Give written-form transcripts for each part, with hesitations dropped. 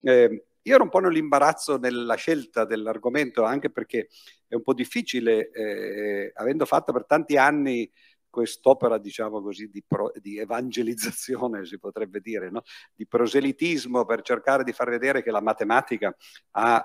io ero un po' nell'imbarazzo nella scelta dell'argomento, anche perché è un po' difficile, avendo fatto per tanti anni quest'opera, diciamo così, di evangelizzazione, si potrebbe dire, no? Di proselitismo, per cercare di far vedere che la matematica ha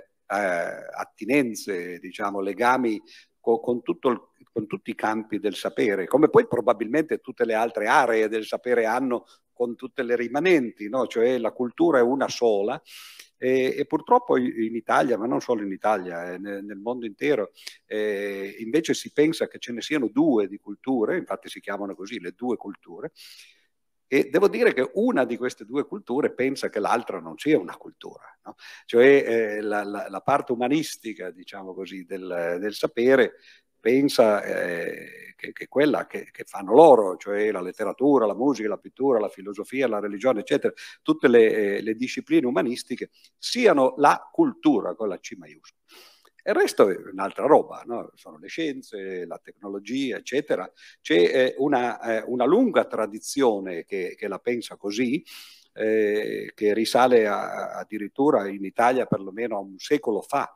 attinenze, diciamo, legami con tutti i campi del sapere, come poi probabilmente tutte le altre aree del sapere hanno con tutte le rimanenti, no? Cioè la cultura è una sola. E purtroppo in Italia, ma non solo in Italia, nel mondo intero, invece si pensa che ce ne siano due di culture, infatti si chiamano così le due culture, e devo dire che una di queste due culture pensa che l'altra non sia una cultura, no? Cioè la parte umanistica, diciamo così, del sapere pensa che quella che fanno loro, cioè la letteratura, la musica, la pittura, la filosofia, la religione, eccetera, tutte le discipline umanistiche siano la cultura con la C maiuscola. Il resto è un'altra roba, no? Sono le scienze, la tecnologia, eccetera. C'è una lunga tradizione che la pensa così, che risale addirittura in Italia perlomeno a un secolo fa.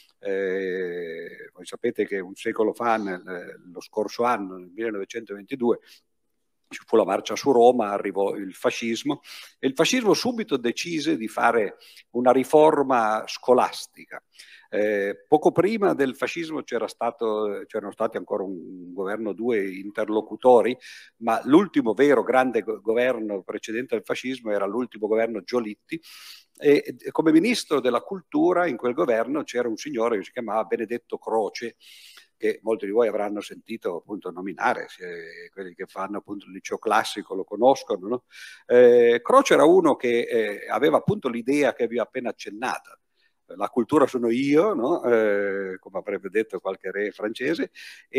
Voi sapete che un secolo fa, lo scorso anno, nel 1922, ci fu la marcia su Roma, arrivò il fascismo e il fascismo subito decise di fare una riforma scolastica. Poco prima del fascismo c'erano stati ancora un governo, due interlocutori, ma l'ultimo vero grande governo precedente al fascismo era l'ultimo governo Giolitti, e come ministro della cultura in quel governo c'era un signore che si chiamava Benedetto Croce, che molti di voi avranno sentito appunto nominare, quelli che fanno appunto il liceo classico lo conoscono, no? Croce era uno che aveva appunto l'idea che vi ho appena accennata. La cultura sono io, no? Come avrebbe detto qualche re francese,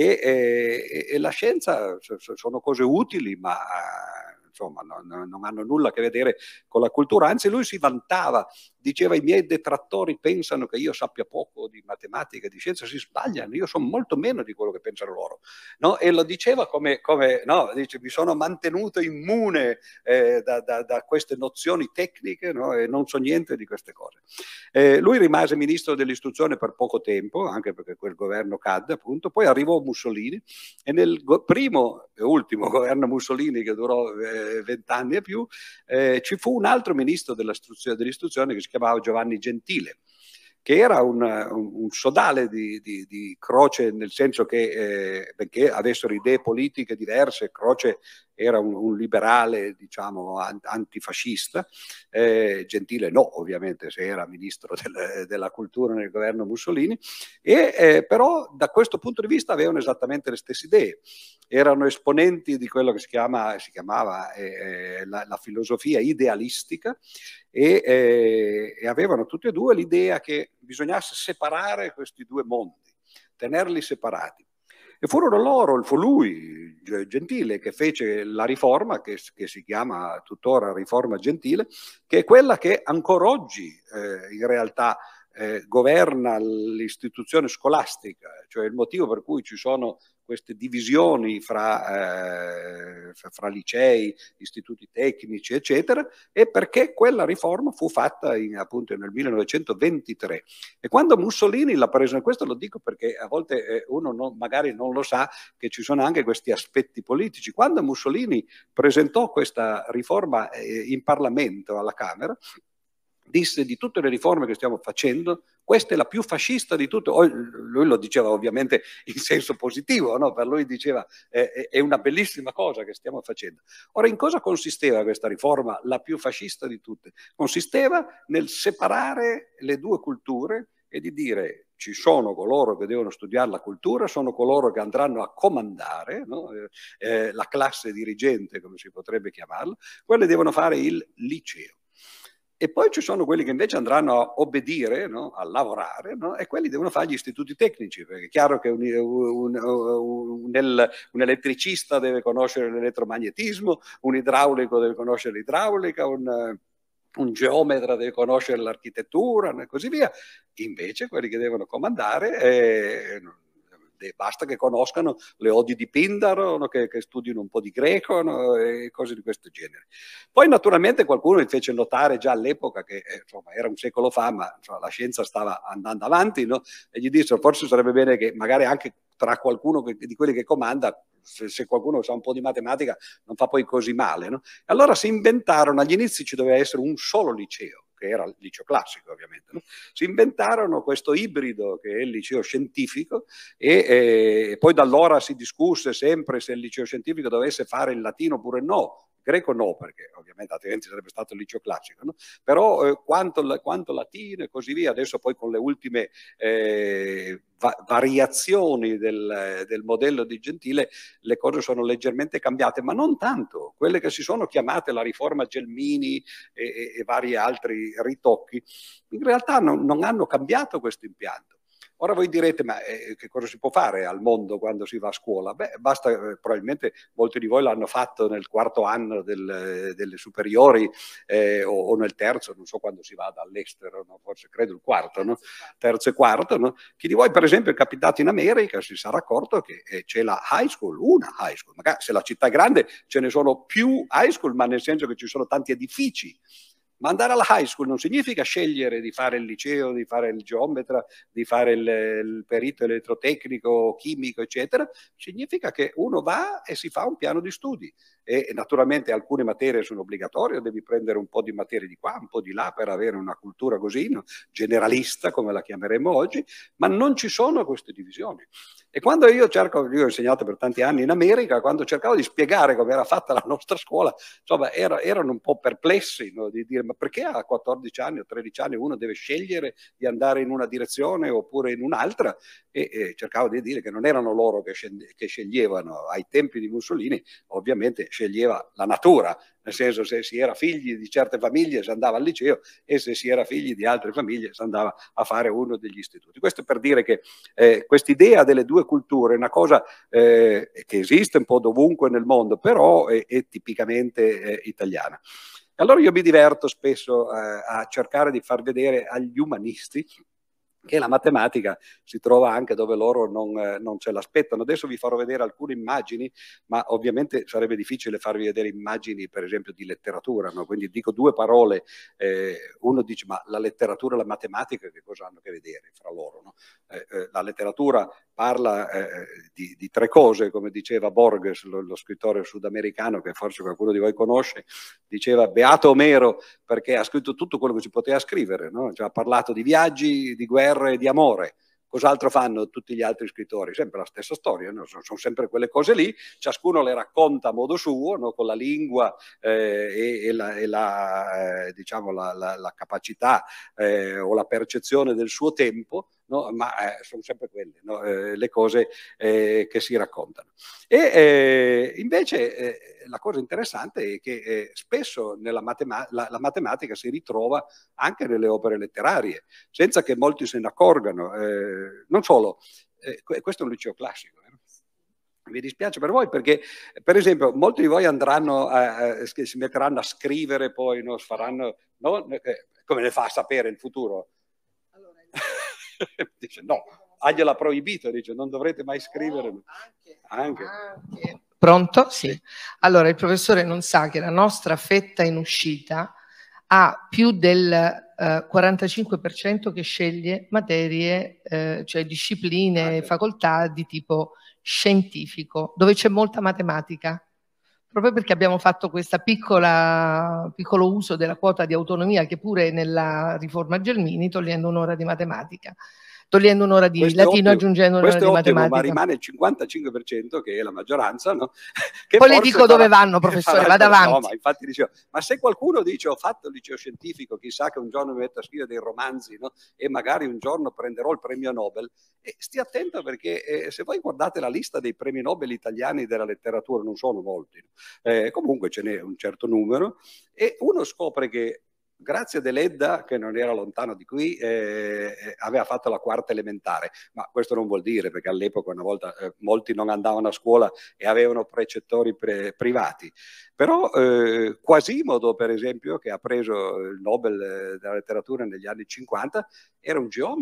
e la scienza sono cose utili, ma insomma non hanno nulla a che vedere con la cultura. Anzi, lui si vantava, diceva: i miei detrattori pensano che io sappia poco di matematica, di scienza, si sbagliano, io so molto meno di quello che pensano loro, no? E lo diceva come no? Dice: mi sono mantenuto immune da queste nozioni tecniche, no? E non so niente di queste cose. Lui rimase ministro dell'istruzione per poco tempo, anche perché quel governo cadde appunto, poi arrivò Mussolini e nel primo e ultimo governo Mussolini, che durò 20 anni e più, ci fu un altro ministro dell'istruzione che si chiamava Giovanni Gentile, che era un sodale di Croce, nel senso che, benché avessero idee politiche diverse, Croce era un liberale, diciamo, antifascista, Gentile no, ovviamente, se era ministro della cultura nel governo Mussolini, però da questo punto di vista avevano esattamente le stesse idee. Erano esponenti di quello che si chiamava la filosofia idealistica, e avevano tutti e due l'idea che bisognasse separare questi due mondi, tenerli separati. E fu lui, Gentile, che fece la riforma, che si chiama tuttora riforma Gentile, che è quella che ancora oggi in realtà governa l'istituzione scolastica, cioè il motivo per cui ci sono queste divisioni fra licei, istituti tecnici, eccetera, è perché quella riforma fu fatta appunto nel 1923. E quando Mussolini l'ha presa, questo lo dico perché a volte uno magari non lo sa, che ci sono anche questi aspetti politici. Quando Mussolini presentò questa riforma in Parlamento, alla Camera, disse: di tutte le riforme che stiamo facendo, questa è la più fascista di tutte. Lui lo diceva ovviamente in senso positivo, no? Per lui diceva è una bellissima cosa che stiamo facendo. Ora, in cosa consisteva questa riforma, la più fascista di tutte? Consisteva nel separare le due culture e di dire: ci sono coloro che devono studiare la cultura, sono coloro che andranno a comandare, no? La classe dirigente, come si potrebbe chiamarla, quelle devono fare il liceo. E poi ci sono quelli che invece andranno a obbedire, no? A lavorare, no? E quelli devono fare gli istituti tecnici, perché è chiaro che un elettricista deve conoscere l'elettromagnetismo, un idraulico deve conoscere l'idraulica, un geometra deve conoscere l'architettura e così via. Invece quelli che devono comandare basta che conoscano le odi di Pindaro, no? Che studino un po' di greco, no? E cose di questo genere. Poi naturalmente qualcuno mi fece notare già all'epoca che insomma, era un secolo fa, ma insomma, la scienza stava andando avanti, no? E gli dissero forse sarebbe bene che magari anche tra qualcuno di quelli che comanda, se qualcuno sa un po' di matematica, non fa poi così male. No? Allora si inventarono, agli inizi ci doveva essere un solo liceo, che era il liceo classico ovviamente, no? Si inventarono questo ibrido che è il liceo scientifico e poi da allora si discusse sempre se il liceo scientifico dovesse fare il latino oppure no. Greco no, perché ovviamente altrimenti sarebbe stato il liceo classico, no? Però quanto latino e così via, adesso poi con le ultime variazioni del modello di Gentile le cose sono leggermente cambiate, ma non tanto. Quelle che si sono chiamate la riforma Gelmini e vari altri ritocchi, in realtà non hanno cambiato questo impianto. Ora voi direte, ma che cosa si può fare al mondo quando si va a scuola? Beh, basta, probabilmente molti di voi l'hanno fatto nel quarto anno delle superiori o nel terzo, non so quando si vada all'estero, no? Forse credo il quarto, no? Terzo e quarto. No? Chi di voi per esempio è capitato in America si sarà accorto che c'è la high school, una high school, magari se la città è grande ce ne sono più high school, ma nel senso che ci sono tanti edifici. Ma andare alla high school non significa scegliere di fare il liceo, di fare il geometra, di fare il perito elettrotecnico, chimico, eccetera. Significa che uno va e si fa un piano di studi. E naturalmente alcune materie sono obbligatorie, devi prendere un po' di materie di qua, un po' di là per avere una cultura così, no? Generalista, come la chiameremo oggi, ma non ci sono queste divisioni. E quando io ho insegnato per tanti anni in America, quando cercavo di spiegare come era fatta la nostra scuola, insomma, erano un po' perplessi, no? Di dire, ma perché a 14 anni o 13 anni uno deve scegliere di andare in una direzione oppure in un'altra? E cercavo di dire che non erano loro che sceglievano. Ai tempi di Mussolini, ovviamente, sceglieva la natura, nel senso se si era figli di certe famiglie si andava al liceo e se si era figli di altre famiglie si andava a fare uno degli istituti. Questo per dire che quest'idea delle due culture è una cosa che esiste un po' dovunque nel mondo, però è tipicamente italiana. Allora io mi diverto spesso a cercare di far vedere agli umanisti che la matematica si trova anche dove loro non ce l'aspettano. Adesso vi farò vedere alcune immagini, ma ovviamente sarebbe difficile farvi vedere immagini, per esempio, di letteratura, no? Quindi dico due parole, uno dice, ma la letteratura e la matematica che cosa hanno a che vedere fra loro? No? La letteratura parla di tre cose, come diceva Borges, lo scrittore sudamericano che forse qualcuno di voi conosce, diceva beato Omero perché ha scritto tutto quello che si poteva scrivere, no? Cioè, ha parlato di viaggi, di guerre e di amore. Cos'altro fanno tutti gli altri scrittori? Sempre la stessa storia, no? Sono sempre quelle cose lì, ciascuno le racconta a modo suo, no? Con la lingua diciamo, la capacità o la percezione del suo tempo, no? Ma sono sempre quelle, no? Le cose che si raccontano. E invece la cosa interessante è che spesso la matematica si ritrova anche nelle opere letterarie, senza che molti se ne accorgano. Non solo, questo è un liceo classico. Mi dispiace per voi perché, per esempio, molti di voi andranno, si metteranno a scrivere poi, no? Faranno, no? Come ne fa a sapere il futuro? Allora, dice no, gliel'ha proibito, dice non dovrete mai scrivere. Anche. Pronto? Sì. Allora, il professore non sa che la nostra fetta in uscita ha più del 45% che sceglie materie, cioè discipline, facoltà di tipo scientifico, dove c'è molta matematica, proprio perché abbiamo fatto questo piccolo uso della quota di autonomia che pure nella riforma Gelmini, togliendo un'ora di matematica, togliendo un'ora di latino, aggiungendo un'ora di matematica. Ma rimane il 55% che è la maggioranza, no? Che poi le dico dove vanno, professore, vada avanti. No, ma infatti dicevo, ma se qualcuno dice ho fatto il liceo scientifico, chissà che un giorno mi metto a scrivere dei romanzi, no? E magari un giorno prenderò il premio Nobel, stia attento perché se voi guardate la lista dei premi Nobel italiani della letteratura, non sono molti, comunque ce n'è un certo numero, e uno scopre che grazie a Deledda, che non era lontano di qui, aveva fatto la quarta elementare, ma questo non vuol dire, perché all'epoca una volta molti non andavano a scuola e avevano precettori privati. Però Quasimodo, per esempio, che ha preso il Nobel della letteratura negli anni 50, era un geometra.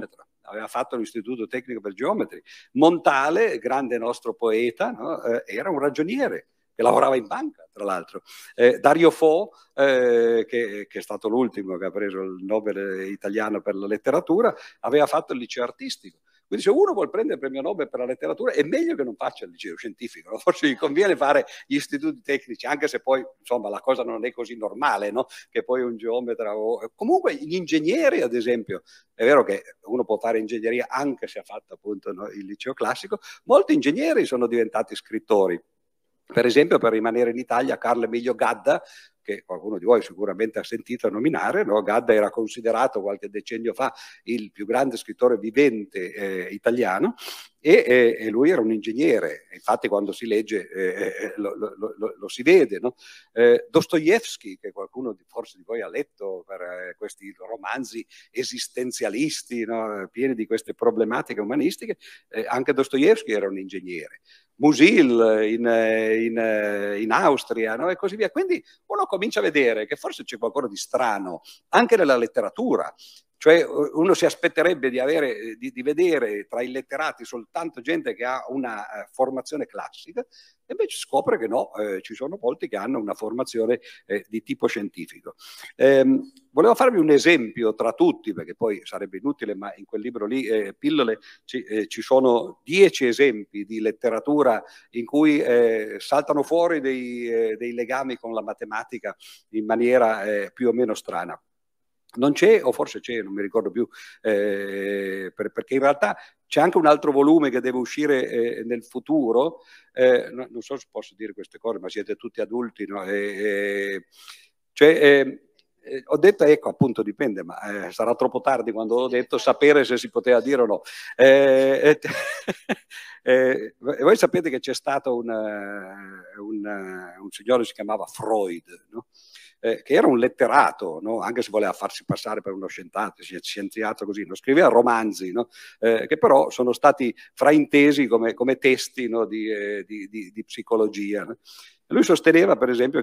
aveva fatto l'Istituto Tecnico per Geometri. Montale, grande nostro poeta, no? Era un ragioniere che lavorava in banca, tra l'altro. Dario Fo, che è stato l'ultimo che ha preso il Nobel italiano per la letteratura, aveva fatto il liceo artistico. Quindi se uno vuole prendere il premio Nobel per la letteratura è meglio che non faccia il liceo scientifico, no? Forse gli conviene fare gli istituti tecnici, anche se poi insomma la cosa non è così normale, no? Che poi un geometra o... Comunque gli ingegneri, ad esempio, è vero che uno può fare ingegneria anche se ha fatto appunto, no, il liceo classico, molti ingegneri sono diventati scrittori. Per esempio, per rimanere in Italia, Carlo Emilio Gadda, che qualcuno di voi sicuramente ha sentito nominare, no? Gadda era considerato qualche decennio fa il più grande scrittore vivente italiano, e lui era un ingegnere. Infatti quando si legge lo si vede, no? Dostoevsky, che qualcuno forse di voi ha letto per questi romanzi esistenzialisti, no? Pieni di queste problematiche umanistiche, anche Dostoevsky era un ingegnere. Musil in Austria, no? E così via. Quindi uno comincia a vedere che forse c'è qualcosa di strano anche nella letteratura. Cioè uno si aspetterebbe di vedere tra i letterati soltanto gente che ha una formazione classica, e invece scopre che no, ci sono molti che hanno una formazione di tipo scientifico. Volevo farvi un esempio tra tutti, perché poi sarebbe inutile, ma in quel libro lì, Pillole, ci sono 10 esempi di letteratura in cui saltano fuori dei legami con la matematica in maniera più o meno strana. Non c'è, o forse c'è, non mi ricordo più, perché in realtà c'è anche un altro volume che deve uscire nel futuro, non so se posso dire queste cose, ma siete tutti adulti, no? Ho detto, ecco, appunto dipende, ma sarà troppo tardi quando l'ho detto, sapere se si poteva dire o no. Voi sapete che c'è stato un signore che si chiamava Freud, no? Che era un letterato, no? Anche se voleva farsi passare per uno scienziato così, no? Scriveva romanzi, no? Che però sono stati fraintesi come testi, no? di psicologia, no? Lui sosteneva, per esempio,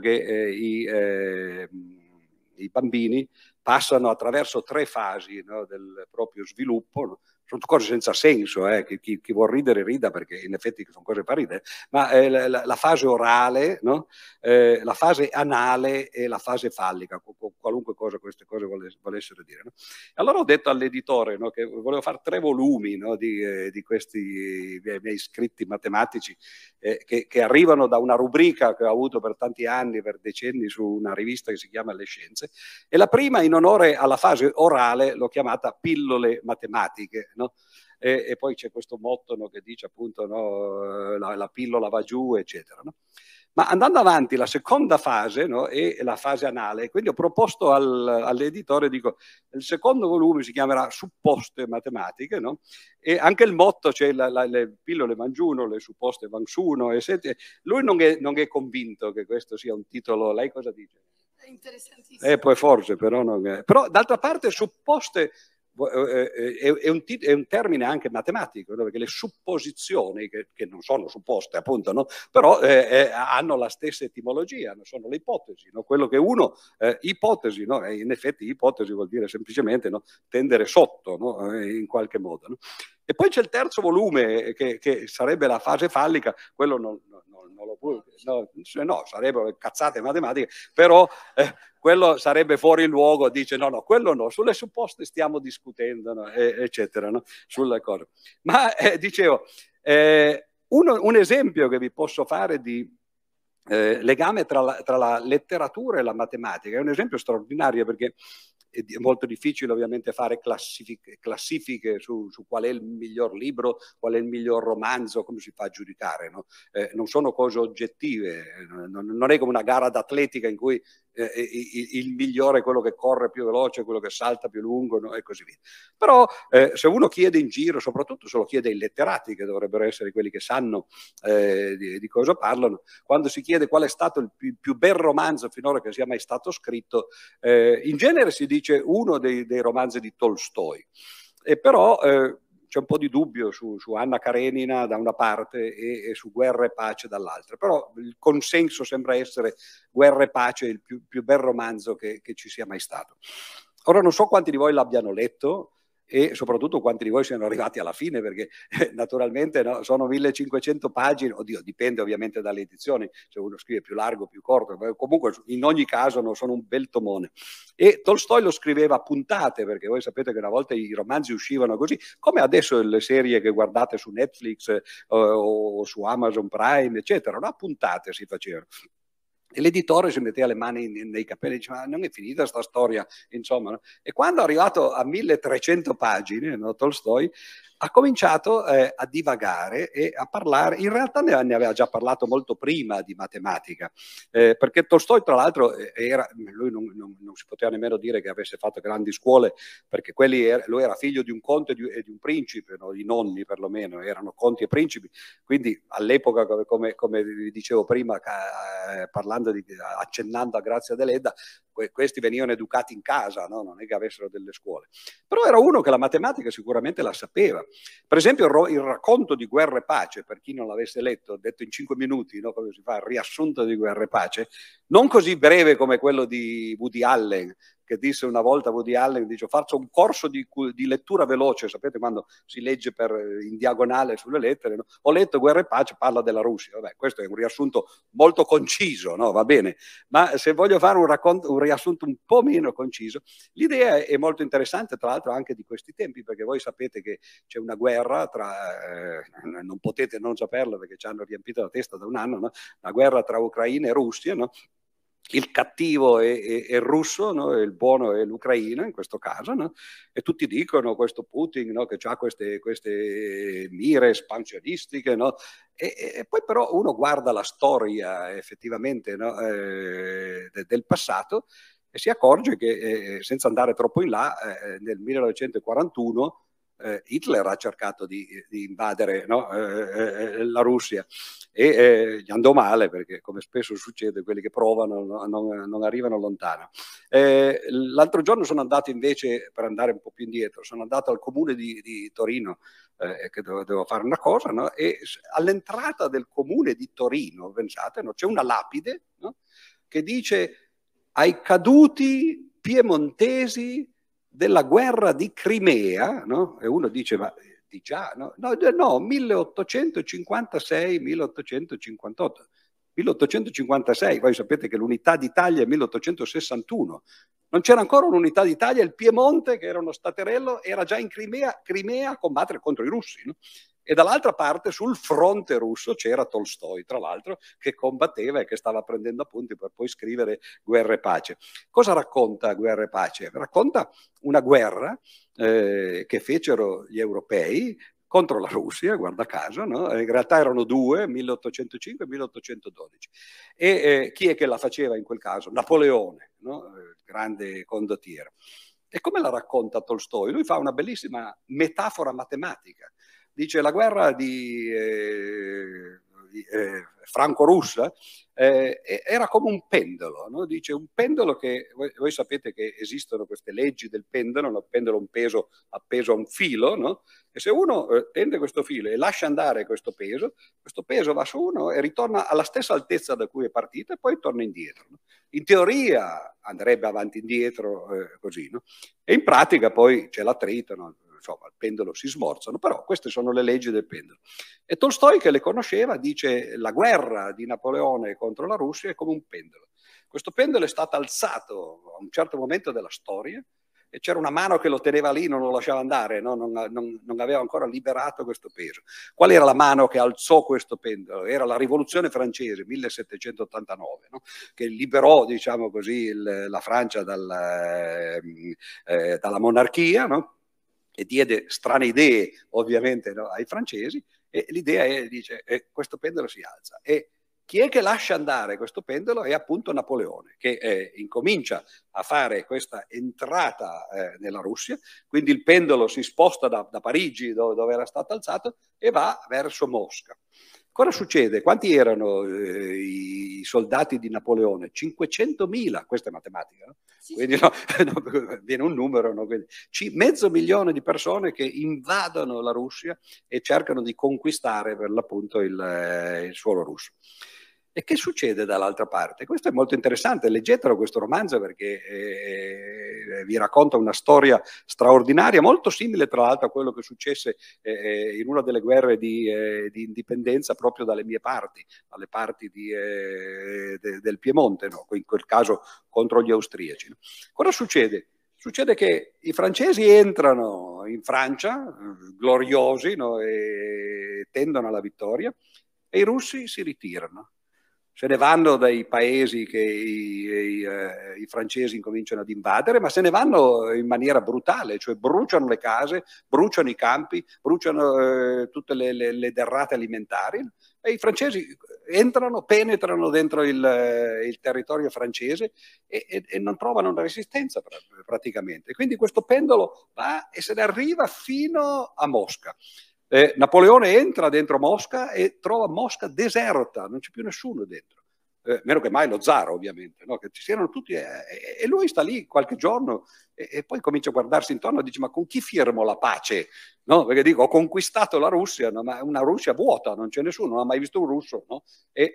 che i bambini passano attraverso 3 fasi, no? Del proprio sviluppo, no? Sono cose senza senso, chi vuol ridere rida, perché in effetti sono cose per ridere, ma la fase orale, no? La fase anale e la fase fallica, qualunque cosa queste cose volessero dire, no? Allora ho detto all'editore, no, che volevo fare 3 volumi, no, di questi miei scritti matematici che arrivano da una rubrica che ho avuto per tanti anni, per decenni, su una rivista che si chiama Le Scienze, e la prima, in onore alla fase orale, l'ho chiamata Pillole matematiche, no? E poi c'è questo motto, no, che dice appunto, no, la pillola va giù, eccetera, no? Ma andando avanti, la seconda fase, no, è la fase anale. Quindi ho proposto all'editore, dico, il secondo volume si chiamerà Supposte matematiche, no? E anche il motto, cioè le pillole van giù, le supposte van su, no? Lui non è convinto che questo sia un titolo. Lei cosa dice? È interessantissimo. Poi forse, però non è. Però d'altra parte supposte è un termine anche matematico, no? Perché le supposizioni, che non sono supposte appunto, no? Però hanno la stessa etimologia, no? Sono le ipotesi, no? Quello che uno ipotesi, no? E in effetti ipotesi vuol dire semplicemente, no? Tendere sotto, no? In qualche modo, no? E poi c'è il terzo volume che sarebbe la fase fallica, quello non lo può, no, sarebbero cazzate matematiche, però quello sarebbe fuori luogo, dice no, quello no, sulle supposte stiamo discutendo, no? Eccetera, no? Sulle cose. Ma dicevo, un esempio che vi posso fare di legame tra la letteratura e la matematica è un esempio straordinario, perché è molto difficile ovviamente fare classifiche su qual è il miglior libro, qual è il miglior romanzo, come si fa a giudicare, no? Non sono cose oggettive, non è come una gara d'atletica in cui il migliore è quello che corre più veloce, quello che salta più lungo, no? E così via. Però se uno chiede in giro, soprattutto se lo chiede ai letterati, che dovrebbero essere quelli che sanno di cosa parlano, quando si chiede qual è stato il più bel romanzo finora che sia mai stato scritto, in genere si dice uno dei romanzi di Tolstoi, e però c'è un po' di dubbio su Anna Karenina da una parte e su Guerra e Pace dall'altra, però il consenso sembra essere Guerra e Pace il più bel romanzo che ci sia mai stato. Ora non so quanti di voi l'abbiano letto, e soprattutto quanti di voi siano arrivati alla fine, perché naturalmente no, sono 1500 pagine, oddio, dipende ovviamente dalle edizioni, se uno scrive più largo, più corto, ma comunque in ogni caso no, sono un bel tomone. E Tolstoi lo scriveva a puntate, perché voi sapete che una volta i romanzi uscivano così, come adesso le serie che guardate su Netflix o su Amazon Prime, eccetera, no? A puntate si facevano. E l'editore si metteva le mani nei capelli e diceva: non è finita sta storia, insomma. No? E quando è arrivato a 1300 pagine, no, Tolstoi ha cominciato a divagare e a parlare, in realtà ne aveva già parlato molto prima di matematica, perché Tolstoi tra l'altro lui non si poteva nemmeno dire che avesse fatto grandi scuole, perché lui era figlio di un conte e di un principe, no? I nonni perlomeno erano conti e principi, quindi all'epoca, come vi dicevo prima, accennando a Grazia Deledda, questi venivano educati in casa, no? Non è che avessero delle scuole. Però era uno che la matematica sicuramente la sapeva. Per esempio il racconto di Guerra e Pace, per chi non l'avesse letto, detto in 5 minuti, no? Come si fa il riassunto di Guerra e Pace, non così breve come quello di Woody Allen, che disse una volta Woody Allen, dice: faccio un corso di lettura veloce, sapete quando si legge in diagonale sulle lettere, no? Ho letto Guerra e Pace, parla della Russia. Vabbè, questo è un riassunto molto conciso, no? Va bene, ma se voglio fare un riassunto un po' meno conciso, l'idea è molto interessante, tra l'altro anche di questi tempi, perché voi sapete che c'è una guerra non potete non saperlo perché ci hanno riempito la testa da un anno, no? Una guerra tra Ucraina e Russia, no? Il cattivo è il russo, no? E il buono è l'Ucraina in questo caso, no? E tutti dicono questo Putin, no? Che ha queste mire espansionistiche, no? E poi però uno guarda la storia effettivamente, no? Del passato e si accorge che senza andare troppo in là, nel 1941 Hitler ha cercato di invadere, no? La Russia e gli andò male, perché come spesso succede quelli che provano non arrivano lontano. L'altro giorno sono andato invece, per andare un po' più indietro, sono andato al comune di Torino, che dovevo fare una cosa, no? E all'entrata del comune di Torino, pensate, no? C'è una lapide, no? Che dice: ai caduti piemontesi della guerra di Crimea, no? E uno dice: ma di già, no? No, 1856-1858. 1856, voi sapete che l'unità d'Italia è 1861. Non c'era ancora un'unità d'Italia, il Piemonte, che era uno staterello, era già in Crimea a combattere contro i russi, no? E dall'altra parte sul fronte russo c'era Tolstoi, tra l'altro, che combatteva e che stava prendendo appunti per poi scrivere Guerra e Pace. Cosa racconta Guerra e Pace? Racconta una guerra che fecero gli europei contro la Russia, guarda caso, no? In realtà erano due, 1805 e 1812. E chi è che la faceva in quel caso? Napoleone, no? Grande condottiero. E come la racconta Tolstoi? Lui fa una bellissima metafora matematica. Dice: la guerra franco-russa era come un pendolo, no? Dice un pendolo che voi sapete che esistono queste leggi del pendolo, no? Il pendolo è un peso appeso a un filo, no? E se uno tende questo filo e lascia andare questo peso va su uno e ritorna alla stessa altezza da cui è partito e poi torna indietro, no? In teoria andrebbe avanti e indietro così, no? E in pratica poi c'è l'attrito, no? Insomma, il pendolo si smorzano, però queste sono le leggi del pendolo. E Tolstoi, che le conosceva, dice: la guerra di Napoleone contro la Russia è come un pendolo. Questo pendolo è stato alzato a un certo momento della storia e c'era una mano che lo teneva lì, non lo lasciava andare, no? non aveva ancora liberato questo peso. Qual era la mano che alzò questo pendolo? Era la rivoluzione francese, 1789, no? Che liberò, diciamo così, la Francia dalla monarchia, no? E diede strane idee ovviamente, no, ai francesi, e l'idea è, dice, questo pendolo si alza. E chi è che lascia andare questo pendolo? È appunto Napoleone, che incomincia a fare questa entrata nella Russia, quindi il pendolo si sposta da Parigi, dove era stato alzato, e va verso Mosca. Cosa succede? Quanti erano i soldati di Napoleone? 500.000, questa è matematica, no? Sì, quindi no, viene un numero, no? Quindi, 500.000 di persone che invadono la Russia e cercano di conquistare per l'appunto il suolo russo. E che succede dall'altra parte? Questo è molto interessante, leggetelo questo romanzo perché vi racconta una storia straordinaria, molto simile tra l'altro a quello che successe in una delle guerre di indipendenza proprio dalle mie parti, alle parti del Piemonte, no? In quel caso contro gli austriaci. No? Cosa succede? Succede che i francesi entrano in Francia, gloriosi, no? E tendono alla vittoria, e i russi si ritirano. Se ne vanno dai paesi che i francesi incominciano ad invadere, ma se ne vanno in maniera brutale, cioè bruciano le case, bruciano i campi, bruciano tutte le derrate alimentari, e i francesi entrano, penetrano dentro il territorio francese e non trovano una resistenza praticamente. Quindi questo pendolo va e se ne arriva fino a Mosca. Napoleone entra dentro Mosca e trova Mosca deserta, non c'è più nessuno dentro. Meno che mai lo zar, ovviamente, no? Che ci siano tutti, e lui sta lì qualche giorno e poi comincia a guardarsi intorno e dice: ma con chi firmo la pace? No? Perché dico, ho conquistato la Russia, no? Ma una Russia vuota, non c'è nessuno, non ha mai visto un russo, no?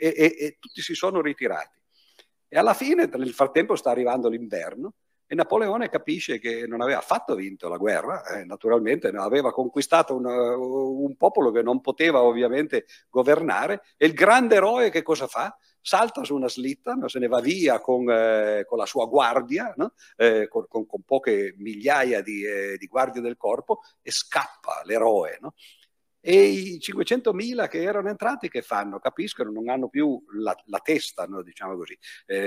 E tutti si sono ritirati. E alla fine, nel frattempo, sta arrivando l'inverno. E Napoleone capisce che non aveva affatto vinto la guerra, naturalmente aveva conquistato un popolo che non poteva ovviamente governare, e il grande eroe che cosa fa? Salta su una slitta, no? Se ne va via con la sua guardia, no? Con poche migliaia di guardie del corpo, e scappa l'eroe. No? E i 500.000 che erano entrati che fanno? Capiscono, non hanno più la testa, no? Diciamo così.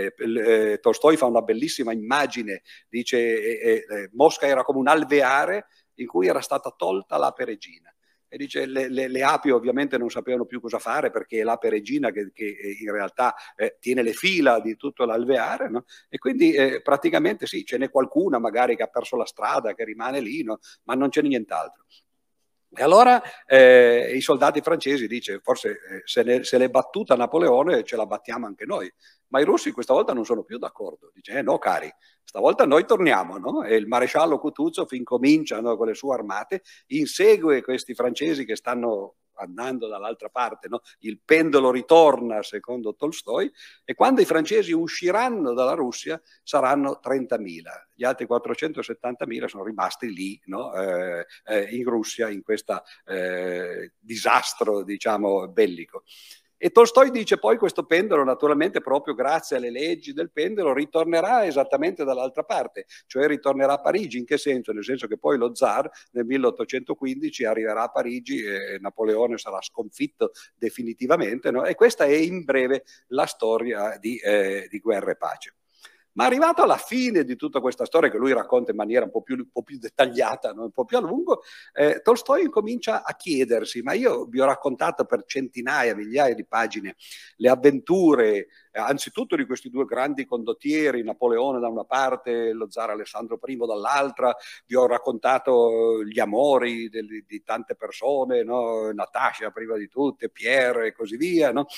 Tolstoi fa una bellissima immagine, dice Mosca era come un alveare in cui era stata tolta l'ape regina. E dice le api ovviamente non sapevano più cosa fare, perché è l'ape regina che in realtà tiene le fila di tutto l'alveare, no? E quindi praticamente sì, ce n'è qualcuna magari che ha perso la strada, che rimane lì, no? Ma non c'è nient'altro. E allora i soldati francesi dice forse se l'è battuta Napoleone ce la battiamo anche noi, ma i russi questa volta non sono più d'accordo, dice no cari, stavolta noi torniamo, no? E il maresciallo Kutuzov incomincia, no, con le sue armate, insegue questi francesi che stanno andando dall'altra parte, no? Il pendolo ritorna secondo Tolstoi, e quando i francesi usciranno dalla Russia saranno 30.000, gli altri 470.000 sono rimasti lì, no? In Russia, in questo disastro, diciamo, bellico. E Tolstoi dice poi questo pendolo, naturalmente proprio grazie alle leggi del pendolo, ritornerà esattamente dall'altra parte, cioè ritornerà a Parigi. In che senso? Nel senso che poi lo zar nel 1815 arriverà a Parigi e Napoleone sarà sconfitto definitivamente, no? E questa è in breve la storia di Guerra e Pace. Ma arrivato alla fine di tutta questa storia, che lui racconta in maniera un po' più dettagliata, no? Un po' più a lungo, Tolstoi comincia a chiedersi: ma io vi ho raccontato per centinaia, migliaia di pagine le avventure, anzitutto di questi due grandi condottieri, Napoleone da una parte, lo zar Alessandro I dall'altra, vi ho raccontato gli amori di tante persone, no? Natascia prima di tutte, Pierre e così via, no?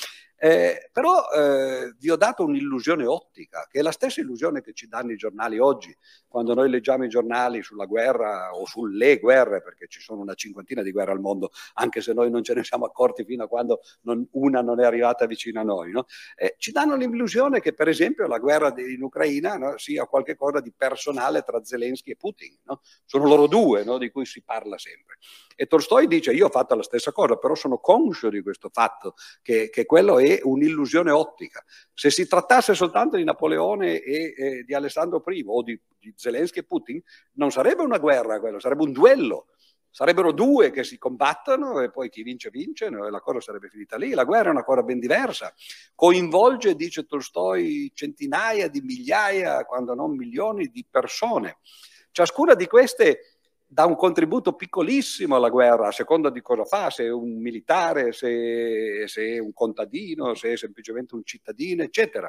Però vi ho dato un'illusione ottica, che è la stessa illusione che ci danno i giornali oggi, quando noi leggiamo i giornali sulla guerra o sulle guerre, perché ci sono una cinquantina di guerre al mondo, anche se noi non ce ne siamo accorti fino a quando una non è arrivata vicino a noi, no? Ci danno l'illusione che per esempio la guerra in Ucraina, no, sia qualcosa di personale tra Zelensky e Putin, no? Sono loro due, no, di cui si parla sempre. E Tolstoi dice: io ho fatto la stessa cosa, però sono conscio di questo fatto, che quello è un'illusione ottica. Se si trattasse soltanto di Napoleone e di Alessandro I o di Zelensky e Putin, non sarebbe una guerra quello, sarebbe un duello. Sarebbero due che si combattono e poi chi vince vince, no? E la cosa sarebbe finita lì. La guerra è una cosa ben diversa, coinvolge, dice Tolstoi, centinaia di migliaia, quando non milioni di persone. Ciascuna di queste dà un contributo piccolissimo alla guerra, a seconda di cosa fa, se è un militare, se è un contadino, se è semplicemente un cittadino, eccetera.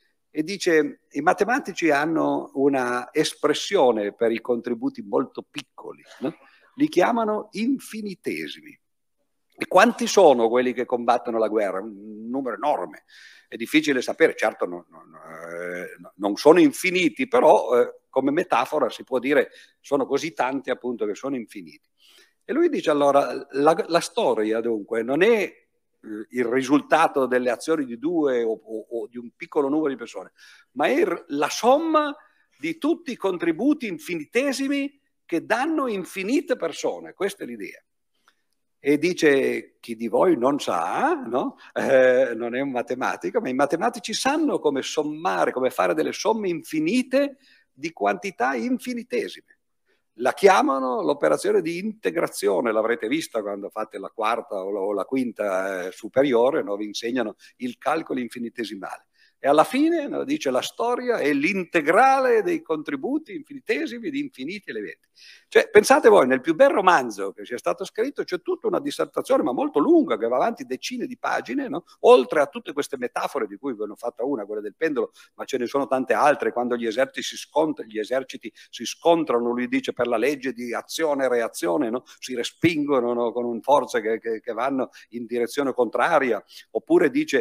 E dice: i matematici hanno una espressione per i contributi molto piccoli, no? Li chiamano infinitesimi. E quanti sono quelli che combattono la guerra? Un numero enorme. È difficile sapere, certo non sono infiniti, però come metafora si può dire sono così tanti appunto che sono infiniti. E lui dice allora la storia dunque non è il risultato delle azioni di due o di un piccolo numero di persone, ma è la somma di tutti i contributi infinitesimi che danno infinite persone. Questa è l'idea. E dice, chi di voi non sa, no? Non è un matematico, ma i matematici sanno come sommare, come fare delle somme infinite di quantità infinitesime. La chiamano l'operazione di integrazione, l'avrete vista quando fate la quarta o la quinta superiore, no? Vi insegnano il calcolo infinitesimale. E alla fine, no, dice, la storia è l'integrale dei contributi infinitesimi di infiniti elementi. Cioè, pensate voi, nel più bel romanzo che sia stato scritto c'è tutta una dissertazione, ma molto lunga, che va avanti decine di pagine, no? Oltre a tutte queste metafore di cui ve ne ho fatta una, quella del pendolo, ma ce ne sono tante altre. Quando gli eserciti si scontrano, lui dice, per la legge di azione e reazione, no? Si respingono, no? Con forze che vanno in direzione contraria. Oppure dice,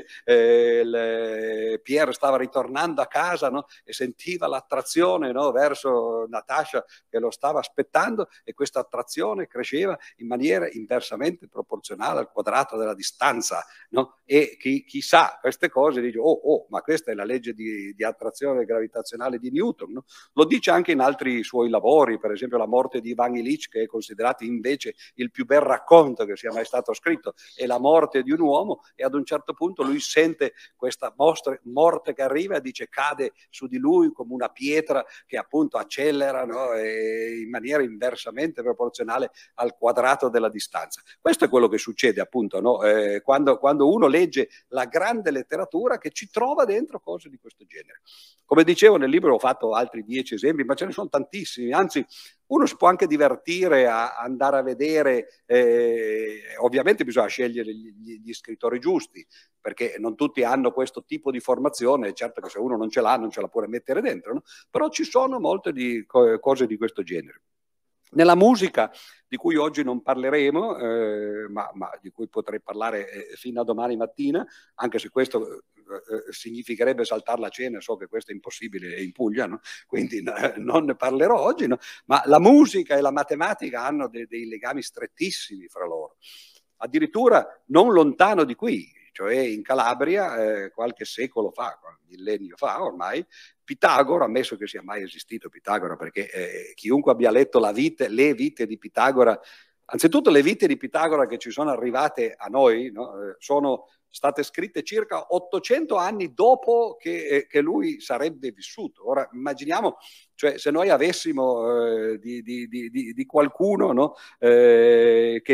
Pierre stava ritornando a casa, no? E sentiva l'attrazione, no? Verso Natasha che lo stava aspettando, e questa attrazione cresceva in maniera inversamente proporzionale al quadrato della distanza, no? E chi sa queste cose dice, ma questa è la legge di attrazione gravitazionale di Newton, no? Lo dice anche in altri suoi lavori, per esempio La morte di Ivan Illich, che è considerato invece il più bel racconto che sia mai stato scritto, è la morte di un uomo, e ad un certo punto lui sente questa morte che arriva e dice, cade su di lui come una pietra che appunto accelera, no? E in maniera inversamente proporzionale al quadrato della distanza. Questo è quello che succede appunto, no? Quando uno legge la grande letteratura, che ci trova dentro cose di questo genere. Come dicevo nel libro, ho fatto altri 10 esempi, ma ce ne sono tantissimi, anzi uno si può anche divertire a andare a vedere, ovviamente bisogna scegliere gli scrittori giusti, perché non tutti hanno questo tipo di formazione, certo che se uno non ce l'ha non ce la può mettere dentro, no? Però ci sono molte cose di questo genere. Nella musica, di cui oggi non parleremo, ma di cui potrei parlare fino a domani mattina, anche se questo significherebbe saltare la cena, so che questo è impossibile in Puglia, no? Quindi non ne parlerò oggi, no? Ma la musica e la matematica hanno dei legami strettissimi fra loro. Addirittura non lontano di qui, cioè in Calabria, qualche secolo fa, millennio fa ormai, Pitagora, ammesso che sia mai esistito Pitagora, perché chiunque abbia letto le vite di Pitagora, anzitutto le vite di Pitagora che ci sono arrivate a noi, no? Sono state scritte circa 800 anni dopo che lui sarebbe vissuto. Ora immaginiamo, cioè, se noi avessimo di qualcuno, no? Che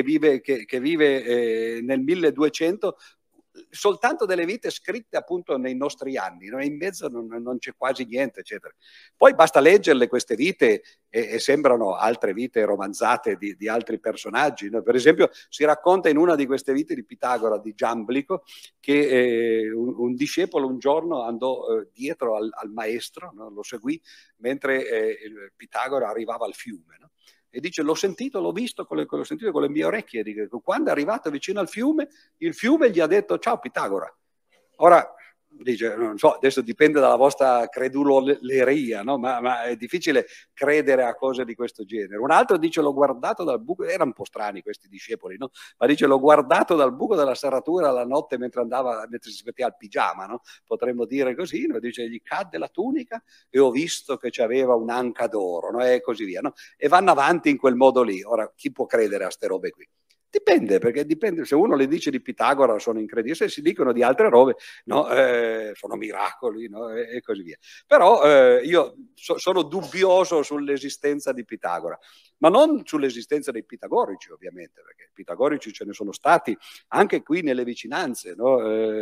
vive nel 1200, soltanto delle vite scritte appunto nei nostri anni, no? In mezzo non c'è quasi niente, eccetera. Poi basta leggerle queste vite e sembrano altre vite romanzate di altri personaggi, no? Per esempio si racconta in una di queste vite di Pitagora, di Giamblico, che un discepolo un giorno andò dietro al maestro, no? Lo seguì mentre Pitagora arrivava al fiume, no? E dice, l'ho sentito, l'ho visto, l'ho sentito con le mie orecchie. Dico, quando è arrivato vicino al fiume, il fiume gli ha detto, ciao Pitagora. Ora, dice, non so, adesso dipende dalla vostra creduloleria, no? Ma è difficile credere a cose di questo genere. Un altro dice, l'ho guardato dal buco, erano un po' strani questi discepoli, no? Ma dice, l'ho guardato dal buco della serratura la notte mentre si metteva il pigiama, no? Potremmo dire così, no? Dice, gli cadde la tunica e ho visto che c'aveva un'anca d'oro, no? E così via, no? E vanno avanti in quel modo lì. Ora, chi può credere a ste robe qui? Dipende, perché dipende, se uno le dice di Pitagora sono incredibili, se si dicono di altre robe, no, sono miracoli, no, e così via. Però io sono dubbioso sull'esistenza di Pitagora, ma non sull'esistenza dei pitagorici, ovviamente, perché pitagorici ce ne sono stati anche qui nelle vicinanze, no?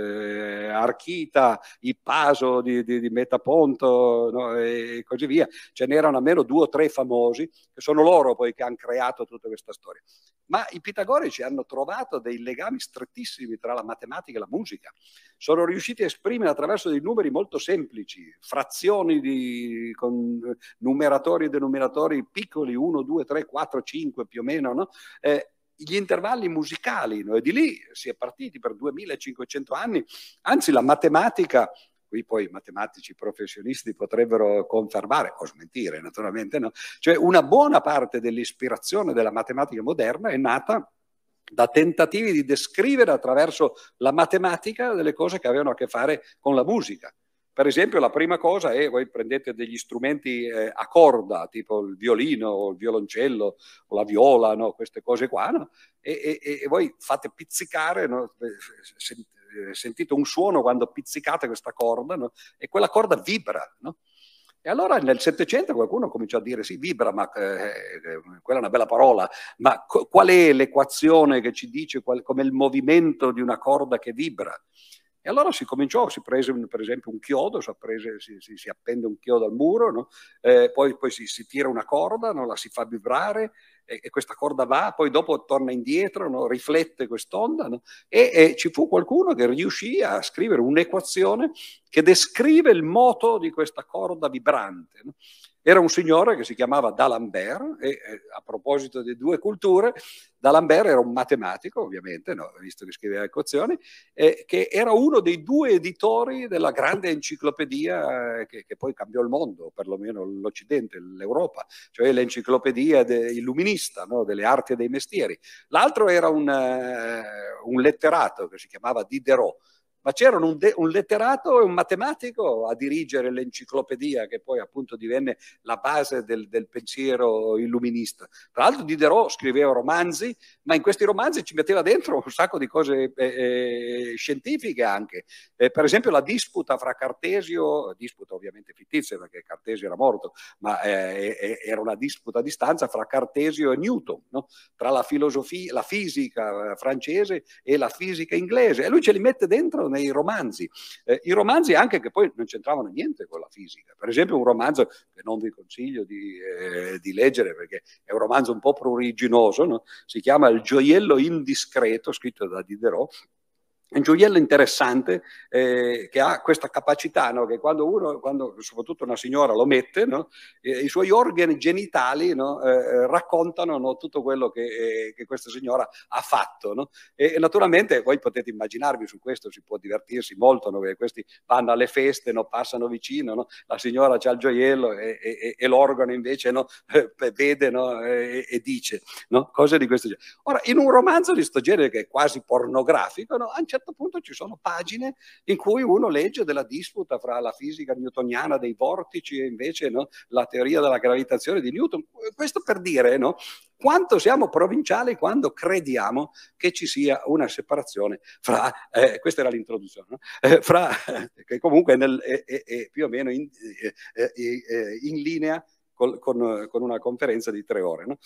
Archita, Ippaso di Metaponto, no? E così via. Ce n'erano almeno 2 o 3 famosi, che sono loro poi che hanno creato tutta questa storia. Ma i pitagorici hanno trovato dei legami strettissimi tra la matematica e la musica. Sono riusciti a esprimere attraverso dei numeri molto semplici, frazioni con numeratori e denominatori piccoli, 1, 2, 3, 4, 5 più o meno, no? Gli intervalli musicali, no? E di lì si è partiti per 2500 anni. Anzi, la matematica, qui poi i matematici professionisti potrebbero confermare o smentire, naturalmente, no? Cioè una buona parte dell'ispirazione della matematica moderna è nata da tentativi di descrivere attraverso la matematica delle cose che avevano a che fare con la musica. Per esempio, la prima cosa è, voi prendete degli strumenti a corda, tipo il violino, o il violoncello, o la viola, no? Queste cose qua, no? E voi fate pizzicare, no? Sentite un suono quando pizzicate questa corda, no? E quella corda vibra, no? E allora nel Settecento qualcuno cominciò a dire sì, vibra, ma quella è una bella parola, ma qual è l'equazione che ci dice come il movimento di una corda che vibra? E allora si cominciò, si prese per esempio un chiodo, si appende un chiodo al muro, no? Poi si tira una corda, no? La si fa vibrare e questa corda va, poi dopo torna indietro, no? Riflette quest'onda, no? E ci fu qualcuno che riuscì a scrivere un'equazione che descrive il moto di questa corda vibrante, no? Era un signore che si chiamava D'Alembert e a proposito di due culture, D'Alembert era un matematico, ovviamente, no? Visto che scriveva equazioni, che era uno dei due editori della grande enciclopedia che poi cambiò il mondo, perlomeno l'Occidente, l'Europa, cioè l'enciclopedia illuminista, no? Delle arti e dei mestieri. L'altro era un letterato che si chiamava Diderot. Ma c'erano un letterato e un matematico a dirigere l'enciclopedia che poi appunto divenne la base del pensiero illuminista. Tra l'altro Diderot scriveva romanzi, ma in questi romanzi ci metteva dentro un sacco di cose scientifiche anche. Per esempio la disputa fra Cartesio, disputa ovviamente fittizia perché Cartesio era morto, ma era una disputa a distanza fra Cartesio e Newton, no? Tra la filosofia, la fisica francese e la fisica inglese. E lui ce li mette dentro nei romanzi. I romanzi anche che poi non c'entravano niente con la fisica. Per esempio un romanzo che non vi consiglio di leggere perché è un romanzo un po' pruriginoso, no? Si chiama Il gioiello indiscreto, scritto da Diderot. È un gioiello interessante che ha questa capacità, no? Che quando soprattutto una signora lo mette, no? I suoi organi genitali, no? Raccontano, no? Tutto quello che questa signora ha fatto, no? E naturalmente voi potete immaginarvi, su questo si può divertirsi molto, no? Perché questi vanno alle feste, no? Passano vicino, no? La signora c'ha il gioiello e l'organo invece, no? Vede, no? E dice, no? Cose di questo genere. Ora, in un romanzo di questo genere che è quasi pornografico, no? A un certo punto ci sono pagine in cui uno legge della disputa fra la fisica newtoniana dei vortici e invece, no? La teoria della gravitazione di Newton. Questo per dire, no? Quanto siamo provinciali quando crediamo che ci sia una separazione fra, questa era l'introduzione, no? Che comunque è più o meno in linea con una conferenza di 3 ore, no?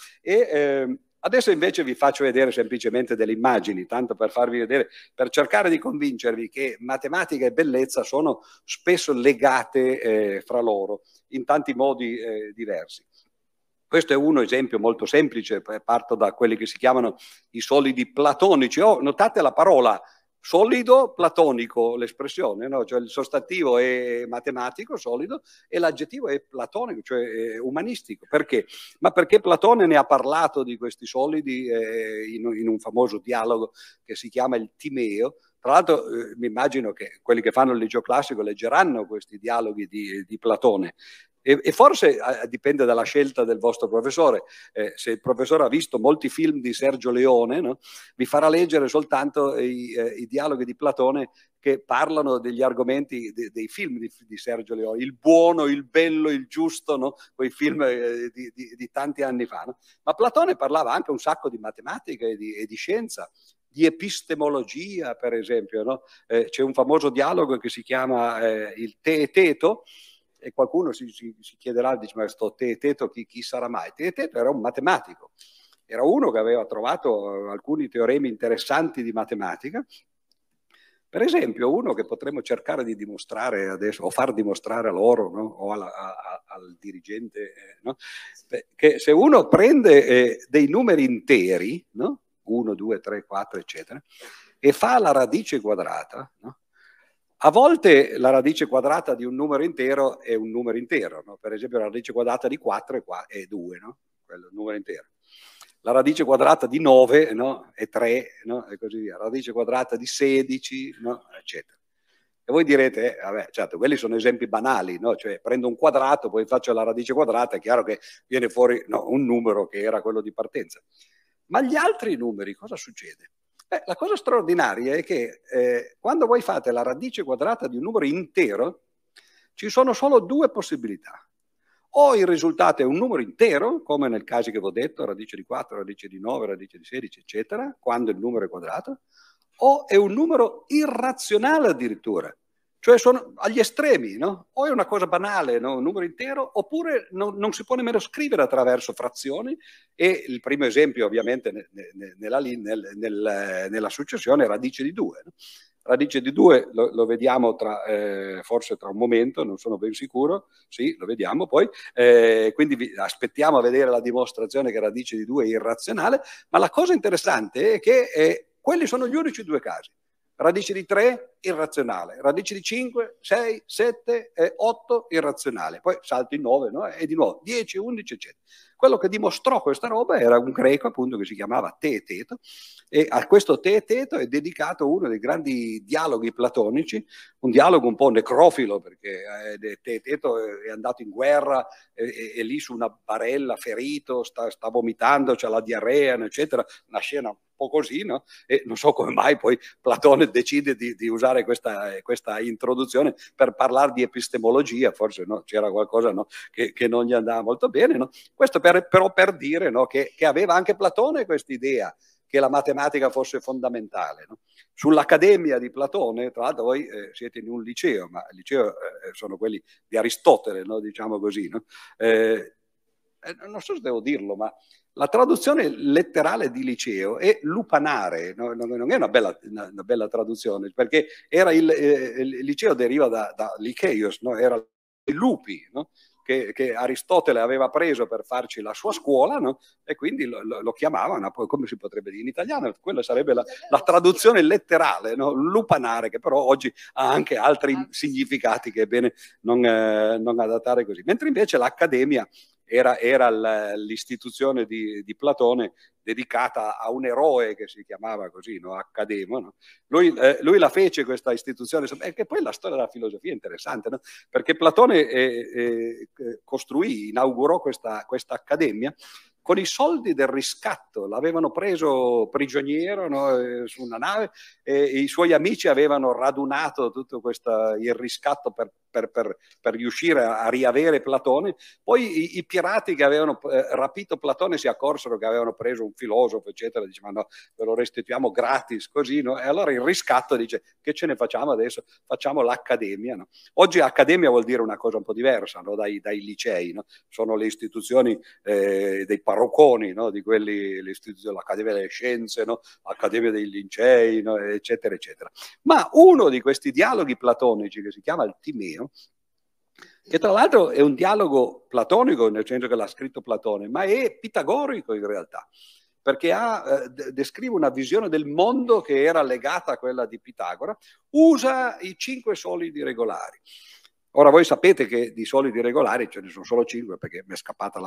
Adesso invece vi faccio vedere semplicemente delle immagini, tanto per farvi vedere, per cercare di convincervi che matematica e bellezza sono spesso legate fra loro in tanti modi diversi. Questo è un esempio molto semplice, parto da quelli che si chiamano i solidi platonici. Oh, notate la parola solido, platonico, l'espressione, no? Cioè il sostantivo è matematico, solido, e l'aggettivo è platonico, cioè umanistico. Perché? Ma perché Platone ne ha parlato di questi solidi in un famoso dialogo che si chiama il Timeo. Tra l'altro mi immagino che quelli che fanno il liceo classico leggeranno questi dialoghi di Platone. E forse dipende dalla scelta del vostro professore. Se il professore ha visto molti film di Sergio Leone, no? Vi farà leggere soltanto i dialoghi di Platone che parlano degli argomenti dei film di Sergio Leone, il buono, il bello, il giusto, no? Quei film di tanti anni fa. No? Ma Platone parlava anche un sacco di matematica e di scienza, di epistemologia, per esempio. No? C'è un famoso dialogo che si chiama il Teeteto, e qualcuno si chiederà, dice, ma sto Teeteto chi sarà mai? Teeteto era un matematico, era uno che aveva trovato alcuni teoremi interessanti di matematica. Per esempio, uno che potremmo cercare di dimostrare adesso, o far dimostrare a loro, no? O al dirigente, no? Che se uno prende dei numeri interi, no? 1, 2, 3, 4, eccetera, e fa la radice quadrata, no? A volte la radice quadrata di un numero intero è un numero intero, no? Per esempio la radice quadrata di 4 è 2, no? Quello è un numero intero. La radice quadrata di 9, no? È 3, no? E così via. La radice quadrata di 16, no? Eccetera. E voi direte, vabbè, certo, quelli sono esempi banali, no? Cioè prendo un quadrato, poi faccio la radice quadrata, è chiaro che viene fuori, no, un numero che era quello di partenza. Ma gli altri numeri cosa succede? La cosa straordinaria è che quando voi fate la radice quadrata di un numero intero, ci sono solo due possibilità. O il risultato è un numero intero, come nel caso che vi ho detto, radice di 4, radice di 9, radice di 16, eccetera, quando il numero è quadrato, o è un numero irrazionale addirittura, cioè sono agli estremi, no? O è una cosa banale, no? Un numero intero, oppure non si può nemmeno scrivere attraverso frazioni, e il primo esempio ovviamente nella successione è radice di 2, no? Radice di 2 lo vediamo forse tra un momento, non sono ben sicuro, sì, lo vediamo poi, quindi aspettiamo a vedere la dimostrazione che radice di 2 è irrazionale, ma la cosa interessante è che quelli sono gli unici due casi. Radice di 3 irrazionale, radice di 5, 6, 7, 8 irrazionale, poi salti il 9, no? E di nuovo 10, 11, eccetera. Quello che dimostrò questa roba era un greco appunto che si chiamava Teeteto, e a questo Teeteto è dedicato uno dei grandi dialoghi platonici, un dialogo un po' necrofilo, perché Teeteto è andato in guerra, è lì su una barella ferito, sta vomitando, c'ha la diarrea, eccetera, una scena un po' così, no? E non so come mai poi Platone decide di usare questa introduzione per parlare di epistemologia, forse no? C'era qualcosa, no? che non gli andava molto bene, no? Questo però per dire, no? che aveva anche Platone questa idea che la matematica fosse fondamentale, no? Sull'Accademia di Platone, tra l'altro voi siete in un liceo, ma il liceo sono quelli di Aristotele, no? Diciamo così, no? Non so se devo dirlo, ma la traduzione letterale di liceo è lupanare, no? Non è una bella traduzione, perché era il liceo deriva da Lyceus, no? Era i lupi, no? Che Aristotele aveva preso per farci la sua scuola, no? E quindi lo chiamavano, come si potrebbe dire in italiano, quella sarebbe la traduzione letterale, no? Lupanare, che però oggi ha anche altri significati che è bene non adattare così. Mentre invece l'Accademia era l'istituzione di Platone dedicata a un eroe che si chiamava così, no? Accademo, no? Lui la fece questa istituzione, che poi la storia della filosofia è interessante, no? Perché Platone inaugurò questa accademia con i soldi del riscatto. L'avevano preso prigioniero, no? Su una nave, e i suoi amici avevano radunato tutto il riscatto per riuscire a riavere Platone. Poi i pirati che avevano rapito Platone si accorsero che avevano preso un filosofo, eccetera, dicevano no, ve lo restituiamo gratis, così, no? E allora il riscatto dice che ce ne facciamo adesso? Facciamo l'Accademia, no? Oggi Accademia vuol dire una cosa un po' diversa, no? dai licei, no? Sono le istituzioni dei parrocconi, no? Di quelli, l'Accademia delle Scienze, no? l'Accademia dei Lincei, no? eccetera, eccetera. Ma uno di questi dialoghi platonici che si chiama il Timeo, che tra l'altro è un dialogo platonico, nel senso che l'ha scritto Platone, ma è pitagorico in realtà, perché descrive una visione del mondo che era legata a quella di Pitagora, usa i 5 solidi regolari. Ora voi sapete che di solidi regolari ce ne sono solo 5, perché mi è scappata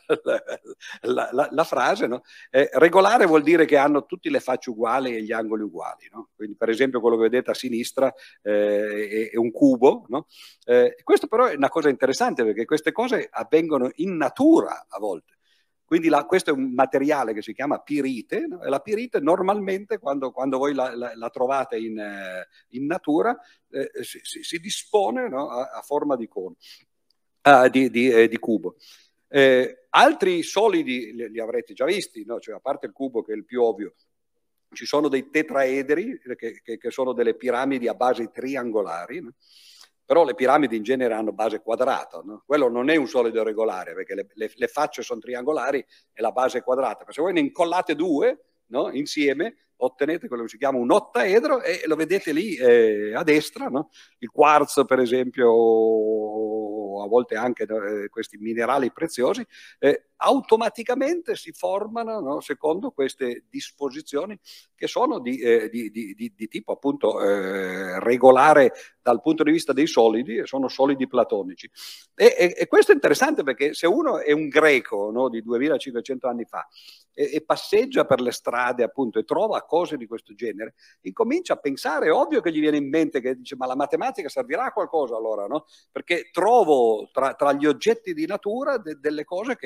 la frase, no? Regolare vuol dire che hanno tutte le facce uguali e gli angoli uguali, no? Quindi per esempio quello che vedete a sinistra è un cubo, no? Questo però è una cosa interessante, perché queste cose avvengono in natura a volte. Quindi questo è un materiale che si chiama pirite, no? E la pirite normalmente quando voi la trovate in natura si dispone, no? a forma di cono, di cubo. Altri solidi li avrete già visti, no? Cioè, a parte il cubo che è il più ovvio, ci sono dei tetraedri che sono delle piramidi a base triangolari, no? Però le piramidi in genere hanno base quadrata, no? Quello non è un solido regolare, perché le facce sono triangolari e la base è quadrata. Ma se voi ne incollate 2, no? Insieme, ottenete quello che si chiama un ottaedro, e lo vedete lì a destra, no? Il quarzo, per esempio, o a volte anche questi minerali preziosi, automaticamente si formano, no? Secondo queste disposizioni che sono di tipo appunto regolare dal punto di vista dei solidi, e sono solidi platonici. E questo è interessante, perché se uno è un greco, no, di 2500 anni fa e passeggia per le strade appunto e trova cose di questo genere, incomincia a pensare, è ovvio che gli viene in mente, che dice ma la matematica servirà a qualcosa allora, no? Perché trovo tra gli oggetti di natura delle cose che hanno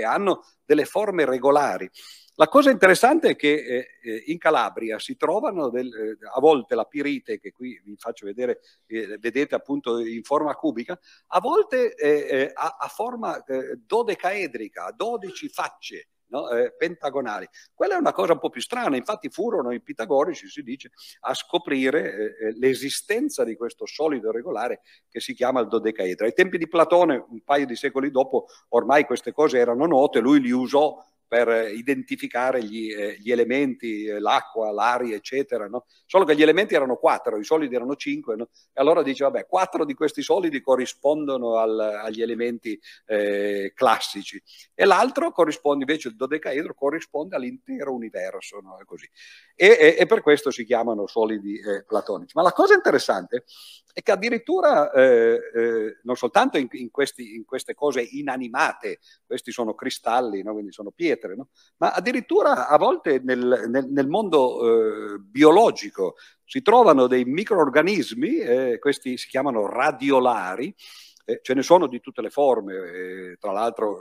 delle forme regolari. La cosa interessante è che in Calabria si trovano a volte la pirite, che qui vi faccio vedere, vedete appunto in forma cubica, a volte a forma dodecaedrica, a 12 facce. No? Pentagonali. Quella è una cosa un po' più strana, infatti furono i pitagorici, si dice, a scoprire l'esistenza di questo solido regolare che si chiama il dodecaedro. Ai tempi di Platone, un paio di secoli dopo, ormai queste cose erano note, lui li usò per identificare gli elementi, l'acqua, l'aria, eccetera. No? Solo che gli elementi erano 4, i solidi erano 5, no? E allora dice, vabbè, 4 di questi solidi corrispondono agli elementi classici e l'altro corrisponde, invece il dodecaedro corrisponde all'intero universo, no? Così. E per questo si chiamano solidi platonici. Ma la cosa interessante è che addirittura non soltanto in queste cose inanimate, questi sono cristalli, no? Quindi sono pietre, no? Ma addirittura a volte nel mondo biologico si trovano dei microorganismi, questi si chiamano radiolari, ce ne sono di tutte le forme, tra l'altro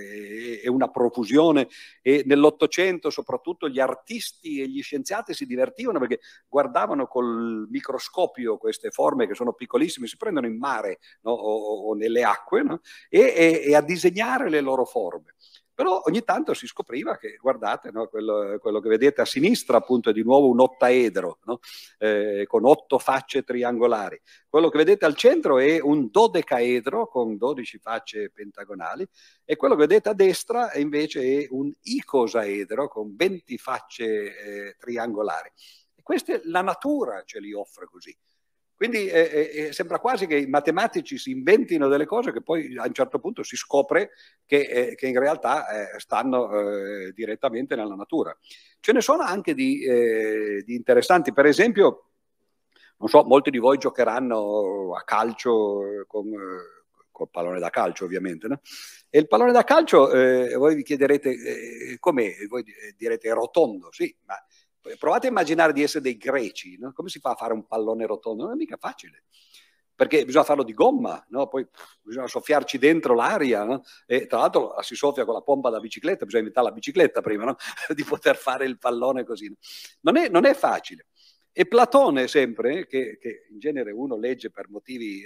è una profusione, e nell'Ottocento soprattutto gli artisti e gli scienziati si divertivano perché guardavano col microscopio queste forme che sono piccolissime, si prendono in mare, no? o nelle acque, no? e a disegnare le loro forme. Però ogni tanto si scopriva che, guardate, no, quello che vedete a sinistra appunto è di nuovo un ottaedro, no? Con 8 facce triangolari. Quello che vedete al centro è un dodecaedro con 12 facce pentagonali e quello che vedete a destra invece è un icosaedro con 20 facce triangolari. E questa la natura ce li offre così. Quindi sembra quasi che i matematici si inventino delle cose che poi a un certo punto si scopre che in realtà stanno direttamente nella natura. Ce ne sono anche di interessanti, per esempio, non so, molti di voi giocheranno a calcio col pallone da calcio ovviamente, no? E il pallone da calcio, voi vi chiederete com'è, voi direte è rotondo, sì, ma provate a immaginare di essere dei greci, no? Come si fa a fare un pallone rotondo? Non è mica facile, perché bisogna farlo di gomma, no? Poi bisogna soffiarci dentro l'aria, no? E tra l'altro si soffia con la pompa da bicicletta, bisogna inventare la bicicletta prima, no? Di poter fare il pallone così. No? Non è facile. E Platone sempre, che in genere uno legge per motivi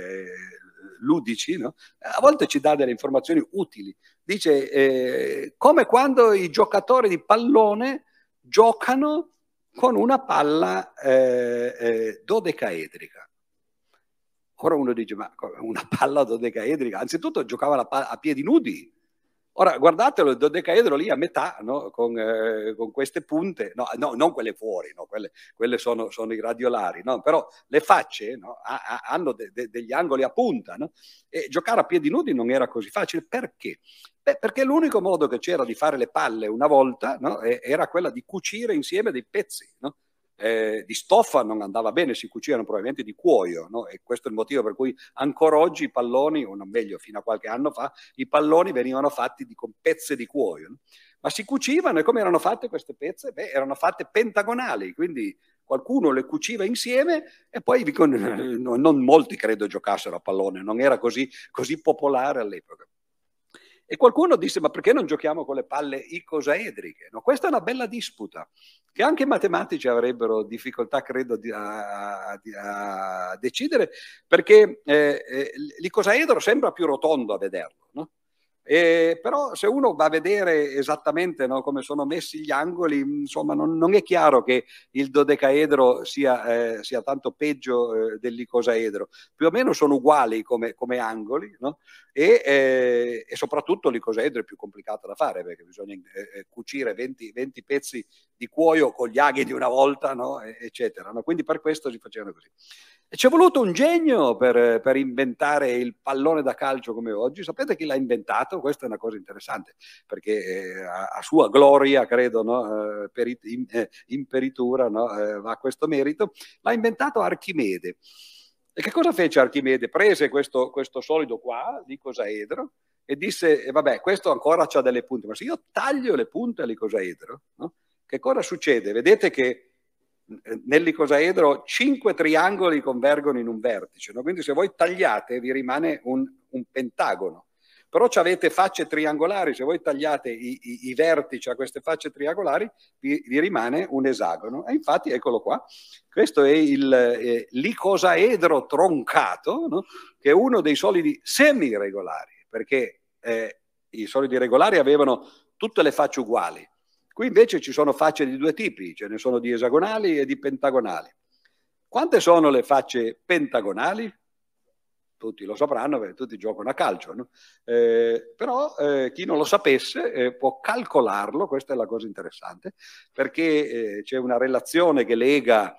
ludici, no? A volte ci dà delle informazioni utili. Dice, come quando i giocatori di pallone giocano con una palla dodecaedrica. Ora uno dice, ma una palla dodecaedrica? Anzitutto giocava a piedi nudi. Ora guardatelo, il dodecaedro lì a metà, no? con queste punte, no, non quelle fuori, no? quelle sono i radiolari, no? Però le facce, no? hanno degli angoli a punta, no? E giocare a piedi nudi non era così facile. Perché? Beh, perché l'unico modo che c'era di fare le palle una volta, no? Era quella di cucire insieme dei pezzi, no? Di stoffa non andava bene, si cucivano probabilmente di cuoio, no? E questo è il motivo per cui ancora oggi i palloni, o non meglio fino a qualche anno fa, i palloni venivano fatti con pezze di cuoio, no? Ma si cucivano, e come erano fatte queste pezze? Beh, erano fatte pentagonali, quindi qualcuno le cuciva insieme e poi non molti credo giocassero a pallone, non era così popolare all'epoca. E qualcuno disse, ma perché non giochiamo con le palle icosaedriche? No, questa è una bella disputa, che anche i matematici avrebbero difficoltà, credo, a decidere, perché l'icosaedro sembra più rotondo a vederlo, no? Però se uno va a vedere esattamente, no, come sono messi gli angoli, insomma non è chiaro che il dodecaedro sia tanto peggio dell'icosaedro. Più o meno sono uguali come angoli, no? E soprattutto l'icosaedro è più complicato da fare perché bisogna cucire 20 pezzi di cuoio con gli aghi di una volta, no? Eccetera, no? Quindi per questo si facevano così. E ci è voluto un genio per inventare il pallone da calcio come oggi. Sapete chi l'ha inventato? Questa è una cosa interessante, perché a sua gloria, credo, no? Imperitura, no? Va questo merito. L'ha inventato Archimede. E che cosa fece Archimede? Prese questo solido qua, l'icosaedro, e disse, vabbè, questo ancora c'ha delle punte, ma se io taglio le punte all'icosaedro, no? Che cosa succede? Vedete che nell'icosaedro 5 triangoli convergono in un vertice, no? Quindi se voi tagliate vi rimane un pentagono. però avete facce triangolari, se voi tagliate i vertici a queste facce triangolari vi rimane un esagono, e infatti eccolo qua, questo è l'icosaedro troncato, no? Che è uno dei solidi semiregolari, perché i solidi regolari avevano tutte le facce uguali. Qui invece ci sono facce di due tipi, ce ne sono di esagonali e di pentagonali. Quante sono le facce pentagonali? Tutti lo sapranno perché tutti giocano a calcio, no? Però chi non lo sapesse può calcolarlo, questa è la cosa interessante, perché c'è una relazione che lega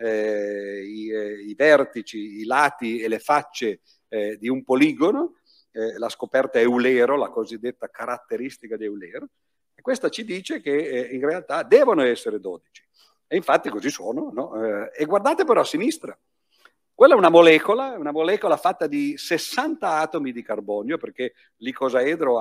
i vertici, i lati e le facce di un poligono, la scoperta Eulero, la cosiddetta caratteristica di Eulero, e questa ci dice che in realtà devono essere 12. E infatti così sono, no? E guardate però a sinistra. Quella è una molecola fatta di 60 atomi di carbonio, perché l'icosaedro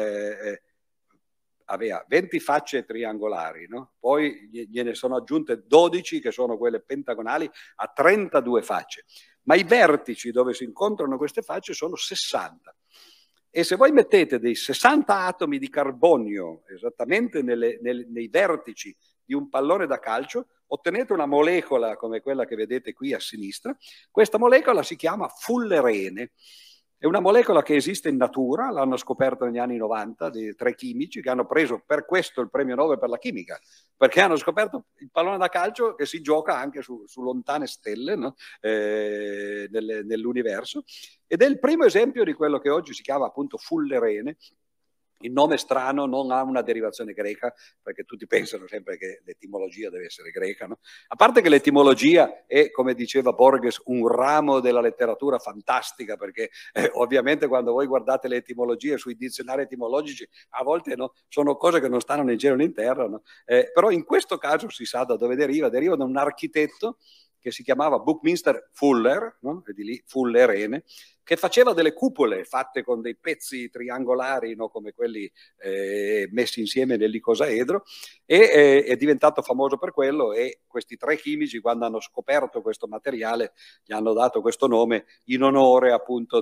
aveva 20 facce triangolari, no? Poi gliene sono aggiunte 12 che sono quelle pentagonali a 32 facce. Ma i vertici dove si incontrano queste facce sono 60. E se voi mettete dei 60 atomi di carbonio esattamente nei vertici di un pallone da calcio, ottenete una molecola come quella che vedete qui a sinistra. Questa molecola si chiama fullerene. È una molecola che esiste in natura, l'hanno scoperto negli anni 90 di 3 chimici che hanno preso per questo il premio Nobel per la chimica, perché hanno scoperto il pallone da calcio che si gioca anche su lontane stelle, no? Nell'universo, ed è il primo esempio di quello che oggi si chiama appunto fullerene. Il nome strano non ha una derivazione greca, perché tutti pensano sempre che l'etimologia deve essere greca, no? A parte che l'etimologia è, come diceva Borges, un ramo della letteratura fantastica, perché ovviamente quando voi guardate le etimologie sui dizionari etimologici, a volte no, sono cose che non stanno né in cielo né in terra, no? Però in questo caso si sa da dove deriva da un architetto che si chiamava Buckminster Fuller, no? E di lì Fullerene, che faceva delle cupole fatte con dei pezzi triangolari, no? Come quelli messi insieme nell'icosaedro, e è diventato famoso per quello, e questi 3 chimici, quando hanno scoperto questo materiale, gli hanno dato questo nome in onore appunto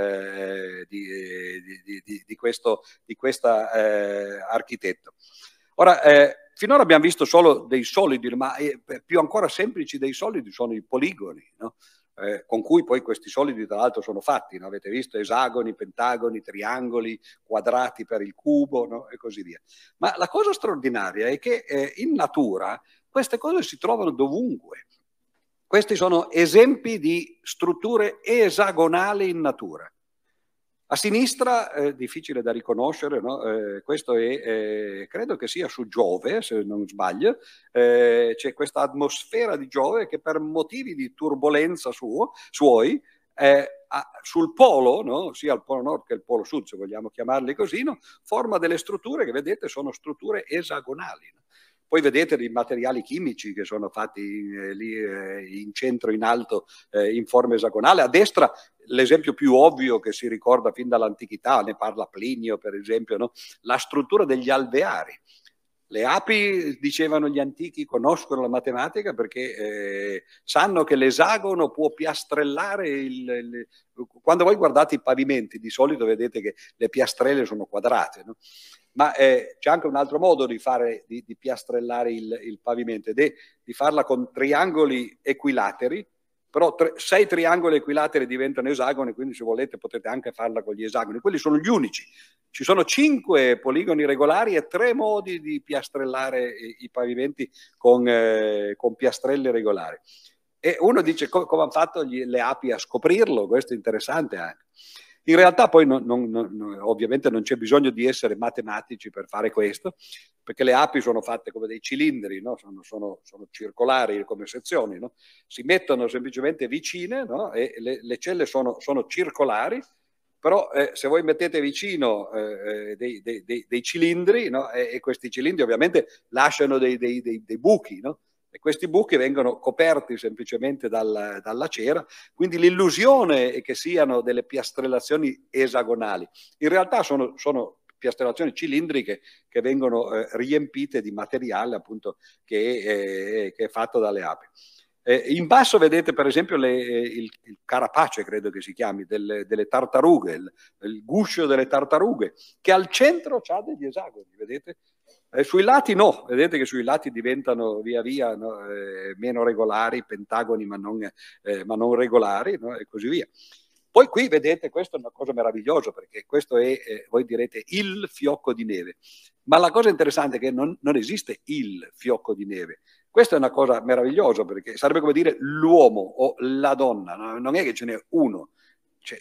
di questo architetto. Ora, finora abbiamo visto solo dei solidi, ma più ancora semplici dei solidi sono i poligoni, no? Con cui poi questi solidi tra l'altro sono fatti, no? Avete visto esagoni, pentagoni, triangoli, quadrati per il cubo, no? E così via. Ma la cosa straordinaria è che in natura queste cose si trovano dovunque. Questi sono esempi di strutture esagonali in natura. A sinistra, difficile da riconoscere, no? Questo è, credo che sia su Giove, se non sbaglio, c'è questa atmosfera di Giove che per motivi di turbolenza suoi, sul polo, no? Sia il polo nord che il polo sud, se vogliamo chiamarli così, no? Forma delle strutture che vedete sono strutture esagonali. No? Poi vedete dei materiali chimici che sono fatti lì in centro, in alto, in forma esagonale. A destra l'esempio più ovvio che si ricorda fin dall'antichità, ne parla Plinio per esempio, no? La struttura degli alveari. Le api, dicevano gli antichi, conoscono la matematica perché sanno che l'esagono può piastrellare quando voi guardate i pavimenti, di solito vedete che le piastrelle sono quadrate, no? Ma c'è anche un altro modo di piastrellare il pavimento, ed è di farla con triangoli equilateri, però 6 triangoli equilateri diventano esagoni, quindi se volete potete anche farla con gli esagoni. Quelli sono gli unici. Ci sono 5 poligoni regolari e 3 modi di piastrellare i pavimenti con piastrelle regolari. E uno dice come hanno fatto le api a scoprirlo, questo è interessante anche. In realtà poi ovviamente non c'è bisogno di essere matematici per fare questo, perché le api sono fatte come dei cilindri, no? sono circolari come sezioni, no? Si mettono semplicemente vicine, no? E le celle sono circolari, però se voi mettete vicino dei cilindri, no? E questi cilindri ovviamente lasciano dei buchi, no? E questi buchi vengono coperti semplicemente dalla cera, quindi l'illusione è che siano delle piastrellazioni esagonali. In realtà sono piastrellazioni cilindriche che vengono riempite di materiale appunto che è fatto dalle api. In basso vedete per esempio il carapace, credo che si chiami, delle tartarughe, il guscio delle tartarughe, che al centro ha degli esagoni, vedete? Sui lati no, vedete che sui lati diventano via via, no, meno regolari, pentagoni ma non regolari, no, e così via. Poi qui vedete, questa è una cosa meravigliosa, perché questo è, voi direte, il fiocco di neve. Ma la cosa interessante è che non esiste il fiocco di neve. Questa è una cosa meravigliosa, perché sarebbe come dire l'uomo o la donna, no? Non è che ce n'è uno, c'è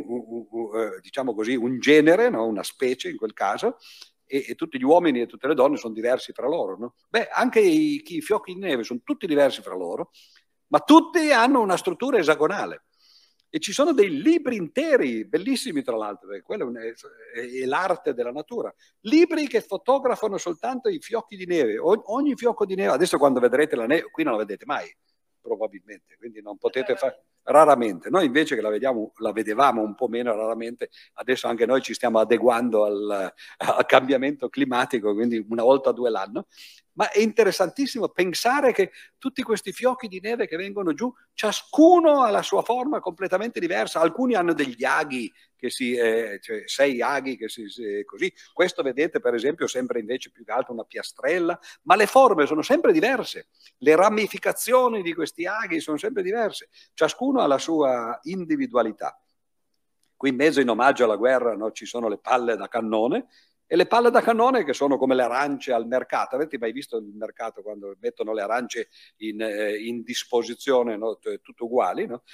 diciamo così, un genere, no? Una specie in quel caso, e tutti gli uomini e tutte le donne sono diversi fra loro, no? Beh, anche i fiocchi di neve sono tutti diversi fra loro, ma tutti hanno una struttura esagonale. E ci sono dei libri interi, bellissimi tra l'altro, perché quello è l'arte della natura. Libri che fotografano soltanto i fiocchi di neve, ogni fiocco di neve. Adesso quando vedrete la neve, qui non la vedete mai, probabilmente, quindi non potete fare raramente. Noi invece che la vedevamo un po' meno raramente, adesso anche noi ci stiamo adeguando al cambiamento climatico, quindi una volta o due l'anno. Ma è interessantissimo pensare che tutti questi fiocchi di neve che vengono giù, ciascuno ha la sua forma completamente diversa. Alcuni hanno degli aghi, cioè 6 aghi, così. Questo vedete per esempio sembra invece più che altro una piastrella, ma le forme sono sempre diverse. Le ramificazioni di questi aghi sono sempre diverse. Ciascuno ha la sua individualità. Qui in mezzo, in omaggio alla guerra, no, ci sono le palle da cannone, e le palle da cannone che sono come le arance al mercato. Avete mai visto il mercato quando mettono le arance in disposizione, no? Tutto uguali, no?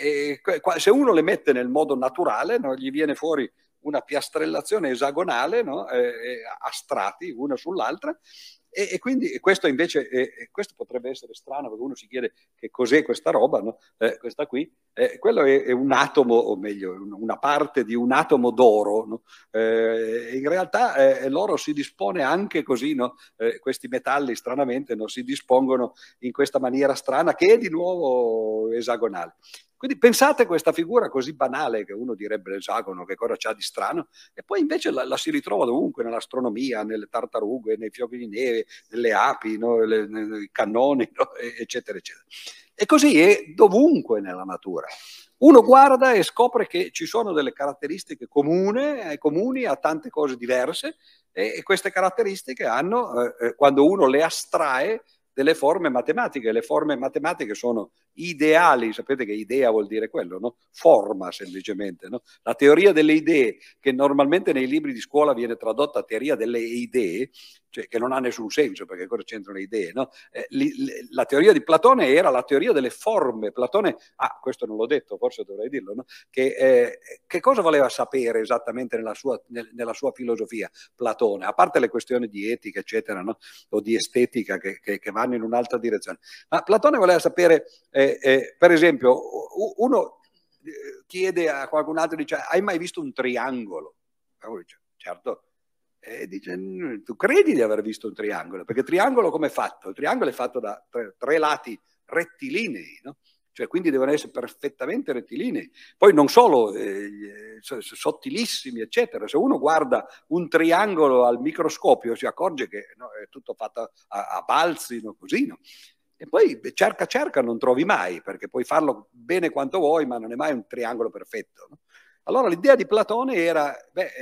Se uno le mette nel modo naturale, no? Gli viene fuori una piastrellazione esagonale, no? A strati, una sull'altra. E quindi questo invece, questo potrebbe essere strano, perché uno si chiede che cos'è questa roba, no? Questa qui, quello è un atomo, o meglio, una parte di un atomo d'oro, no? In realtà l'oro si dispone anche così, no? Questi metalli stranamente, no? Si dispongono in questa maniera strana, che è di nuovo esagonale. Quindi pensate a questa figura così banale, che uno direbbe l'esagono, che cosa c'ha di strano, e poi invece la si ritrova dovunque, nell'astronomia, nelle tartarughe, nei fiocchi di neve, nelle api, no? Nei cannoni, no? Eccetera, eccetera. E così è dovunque nella natura. Uno guarda e scopre che ci sono delle caratteristiche comuni a tante cose diverse, e queste caratteristiche hanno, quando uno le astrae, delle forme matematiche. Le forme matematiche sono ideali, sapete che idea vuol dire quello, no? Forma, semplicemente, no? La teoria delle idee, che normalmente nei libri di scuola viene tradotta teoria delle idee, cioè che non ha nessun senso, perché cosa c'entrano le idee, no? La teoria di Platone era la teoria delle forme. Platone, questo non l'ho detto, forse dovrei dirlo, no? Che cosa voleva sapere esattamente nella sua filosofia Platone, a parte le questioni di etica, eccetera, no? O di estetica che vanno in un'altra direzione. Ma Platone voleva sapere, per esempio, uno chiede a qualcun altro, dice: hai mai visto un triangolo? E uno dice: certo. Dice: tu credi di aver visto un triangolo? Perché il triangolo come è fatto? Il triangolo è fatto da tre lati rettilinei, no? Cioè, quindi devono essere perfettamente rettilinei. Poi non solo, sottilissimi, eccetera. Se uno guarda un triangolo al microscopio si accorge che, no, è tutto fatto a balzi, no? Così, no? E poi cerca, non trovi mai, perché puoi farlo bene quanto vuoi, ma non è mai un triangolo perfetto, no? Allora l'idea di Platone era,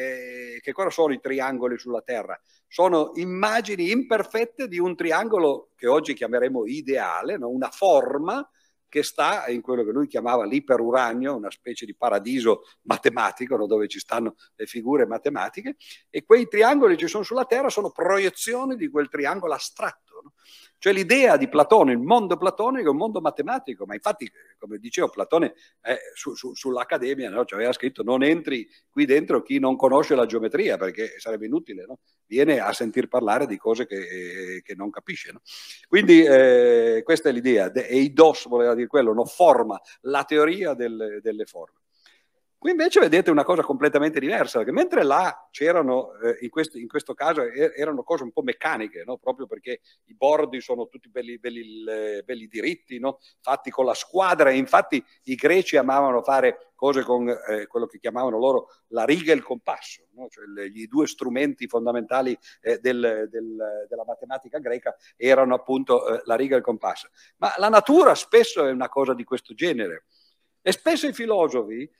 che cosa sono i triangoli sulla Terra? Sono immagini imperfette di un triangolo che oggi chiameremo ideale, no? Una forma che sta in quello che lui chiamava l'iperuranio, una specie di paradiso matematico, no? Dove ci stanno le figure matematiche, e quei triangoli che ci sono sulla Terra sono proiezioni di quel triangolo astratto, no? Cioè l'idea di Platone, il mondo platonico è un mondo matematico, ma infatti, come dicevo, Platone sull'Accademia, no? Cioè, aveva scritto: non entri qui dentro chi non conosce la geometria, perché sarebbe inutile, no? Viene a sentir parlare di cose che non capisce, no? Quindi questa è l'idea, eidos voleva dire quello, no? Forma, la teoria delle forme. Qui invece vedete una cosa completamente diversa, perché mentre là c'erano, in questo caso, erano cose un po' meccaniche, no? Proprio perché i bordi sono tutti belli diritti, no? Fatti con la squadra, e infatti i greci amavano fare cose con quello che chiamavano loro la riga e il compasso, no? Cioè i due strumenti fondamentali della matematica greca erano appunto la riga e il compasso. Ma la natura spesso è una cosa di questo genere. E spesso i filosofi,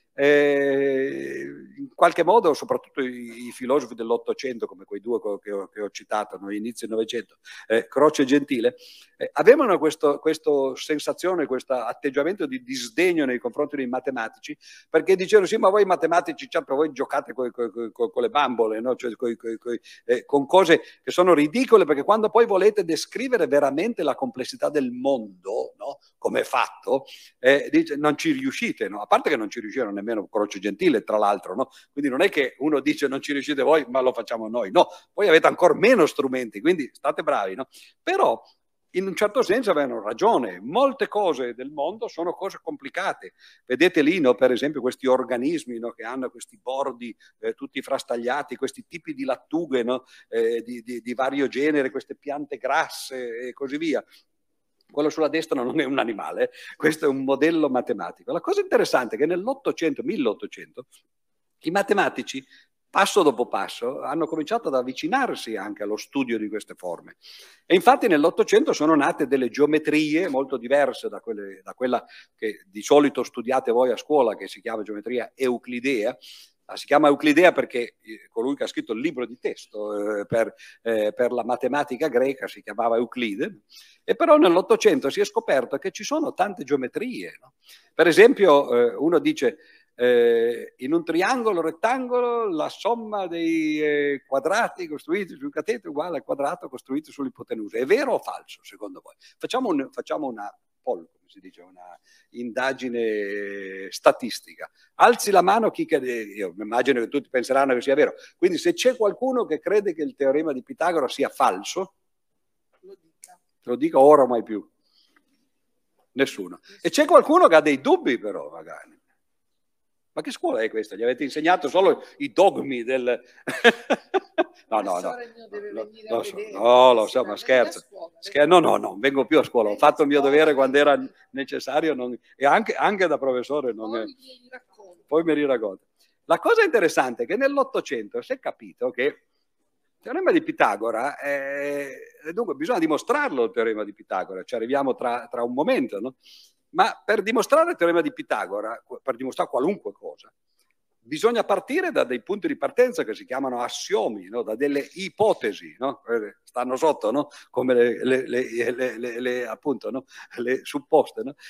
in qualche modo, soprattutto i filosofi dell'Ottocento, come quei due che ho citato, no? Inizio del Novecento, Croce e Gentile, avevano questa sensazione, questo atteggiamento di disdegno nei confronti dei matematici, perché dicevano sì, ma voi matematici, certo, voi giocate con le bambole, no? Cioè, con cose che sono ridicole, perché quando poi volete descrivere veramente la complessità del mondo, no? Come è fatto, non ci riuscite, no? A parte che non ci riuscirono nemmeno Croce Gentile, tra l'altro, no? Quindi non è che uno dice non ci riuscite voi, ma lo facciamo noi, no, poi avete ancora meno strumenti, quindi state bravi, no? Però in un certo senso avevano ragione, molte cose del mondo sono cose complicate. Vedete lì, no, per esempio, questi organismi, no, che hanno questi bordi tutti frastagliati, questi tipi di lattughe, no, di vario genere, queste piante grasse e così via. Quello sulla destra non è un animale, questo è un modello matematico. La cosa interessante è che nell'800, 1800, i matematici, passo dopo passo, hanno cominciato ad avvicinarsi anche allo studio di queste forme. E infatti nell'800 sono nate delle geometrie molto diverse da quella che di solito studiate voi a scuola, che si chiama geometria euclidea. Si chiama Euclidea perché colui che ha scritto il libro di testo per la matematica greca si chiamava Euclide, e però nell'Ottocento si è scoperto che ci sono tante geometrie, no? Per esempio uno dice in un triangolo rettangolo la somma dei quadrati costruiti sul cateto è uguale al quadrato costruito sull'ipotenusa. È vero o falso secondo voi? Facciamo una poll, come si dice, una indagine statistica. Alzi la mano chi crede, io immagino che tutti penseranno che sia vero, quindi se c'è qualcuno che crede che il teorema di Pitagora sia falso, lo dica ora o mai più. Nessuno. E c'è qualcuno che ha dei dubbi però, magari. Ma che scuola è questa? Gli avete insegnato solo i dogmi del... No, lo so, ma scherzo. No, non vengo più a scuola. Ho fatto il mio dovere quando era necessario e anche da professore. Poi mi racconto. La cosa interessante è che nell'Ottocento si è capito che il teorema di Pitagora, dunque bisogna dimostrarlo il teorema di Pitagora, ci arriviamo tra un momento, no? Ma per dimostrare il teorema di Pitagora, per dimostrare qualunque cosa, bisogna partire da dei punti di partenza che si chiamano assiomi, no? Da delle ipotesi, no? Stanno sotto, no? Come appunto, no? Le supposte, no?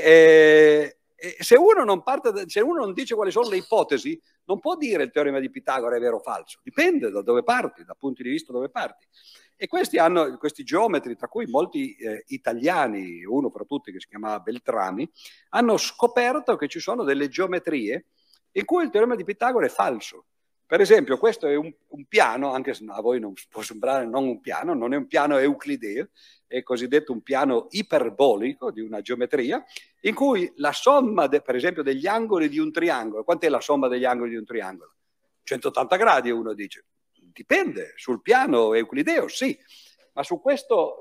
E se uno non dice quali sono le ipotesi, non può dire il teorema di Pitagora è vero o falso, dipende da dove parti, da punti di vista dove parti. E questi geometri, tra cui molti italiani, uno fra tutti che si chiamava Beltrami, hanno scoperto che ci sono delle geometrie in cui il teorema di Pitagora è falso. Per esempio, questo è un piano, anche se a voi non può sembrare non un piano, non è un piano euclideo, è cosiddetto un piano iperbolico di una geometria, in cui la somma, per esempio, degli angoli di un triangolo, quant'è la somma degli angoli di un triangolo? 180 gradi, uno dice. Dipende, sul piano euclideo sì, ma su questo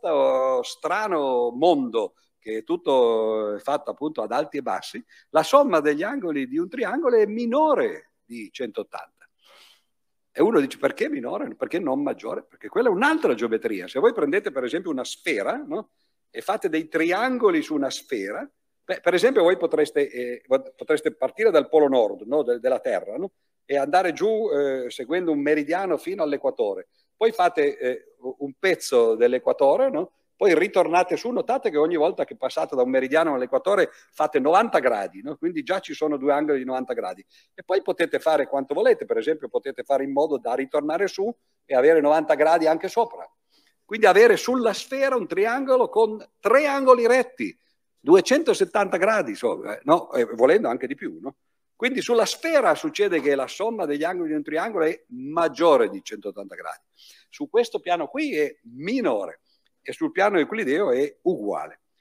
strano mondo che è tutto fatto appunto ad alti e bassi, la somma degli angoli di un triangolo è minore di 180. E uno dice perché minore? Perché non maggiore? Perché quella è un'altra geometria. Se voi prendete per esempio una sfera, no? E fate dei triangoli su una sfera, per esempio voi potreste partire dal polo nord, no? della Terra, no? E andare giù seguendo un meridiano fino all'equatore. Poi fate un pezzo dell'equatore, no? Poi ritornate su, notate che ogni volta che passate da un meridiano all'equatore fate 90 gradi, no? Quindi già ci sono due angoli di 90 gradi. E poi potete fare quanto volete, per esempio potete fare in modo da ritornare su e avere 90 gradi anche sopra. Quindi avere sulla sfera un triangolo con 3 angoli retti, 270 gradi, no? Volendo anche di più, no? Quindi sulla sfera succede che la somma degli angoli di un triangolo è maggiore di 180 gradi. Su questo piano qui è minore e sul piano euclideo è uguale.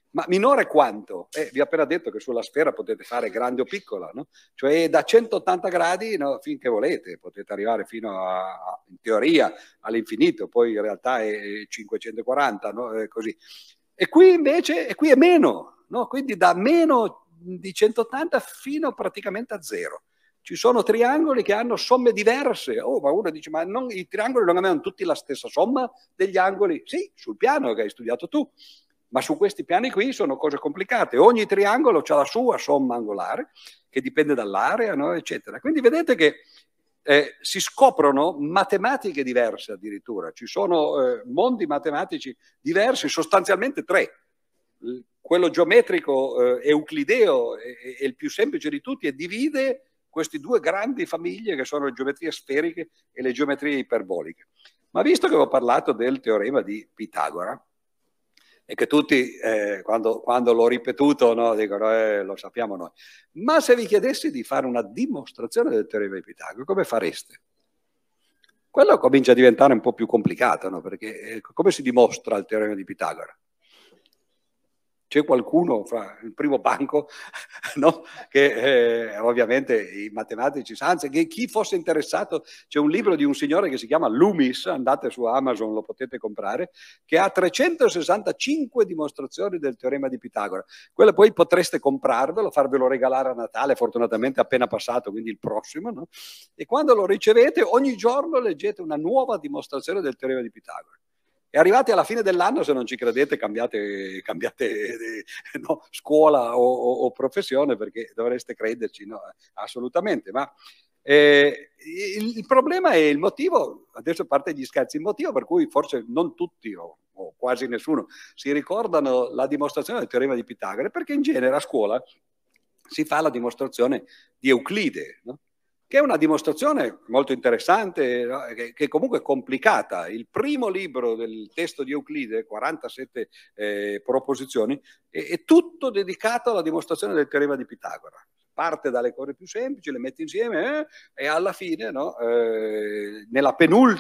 Ma minore quanto? Vi ho appena detto che sulla sfera potete fare grande o piccola, no? Cioè da 180 gradi, no, finché volete, potete arrivare fino in teoria all'infinito, poi in realtà è 540, no? Così. E qui invece qui è meno, no? Quindi da meno di 180 fino praticamente a zero. Ci sono triangoli che hanno somme diverse. Oh, ma uno dice, ma i triangoli non avevano tutti la stessa somma degli angoli? Sì, sul piano che hai studiato tu. Ma su questi piani qui sono cose complicate. Ogni triangolo ha la sua somma angolare, che dipende dall'area, no? Eccetera. Quindi vedete che si scoprono matematiche diverse addirittura. Ci sono mondi matematici diversi, sostanzialmente tre. Quello geometrico euclideo è il più semplice di tutti e divide queste due grandi famiglie che sono le geometrie sferiche e le geometrie iperboliche. Ma visto che ho parlato del teorema di Pitagora, e che tutti, quando l'ho ripetuto, no, dicono, lo sappiamo noi. Ma se vi chiedessi di fare una dimostrazione del teorema di Pitagora, come fareste? Quello comincia a diventare un po' più complicato, no? Perché come si dimostra il teorema di Pitagora? C'è qualcuno fra il primo banco, no? Che ovviamente i matematici, anzi che chi fosse interessato, c'è un libro di un signore che si chiama Loomis, andate su Amazon, lo potete comprare, che ha 365 dimostrazioni del teorema di Pitagora. Quello poi potreste comprarvelo, farvelo regalare a Natale, fortunatamente appena passato, quindi il prossimo, no? E quando lo ricevete ogni giorno leggete una nuova dimostrazione del teorema di Pitagora. E arrivati alla fine dell'anno, se non ci credete, cambiate no, scuola o professione, perché dovreste crederci, no? Assolutamente. Ma il problema è il motivo, adesso parte gli scherzi, il motivo per cui forse non tutti o quasi nessuno si ricordano la dimostrazione del teorema di Pitagora, perché in genere a scuola si fa la dimostrazione di Euclide, no? Che è una dimostrazione molto interessante, no? che comunque è complicata. Il primo libro del testo di Euclide, 47 proposizioni, è tutto dedicato alla dimostrazione del teorema di Pitagora. Parte dalle cose più semplici, le mette insieme e alla fine, no, nel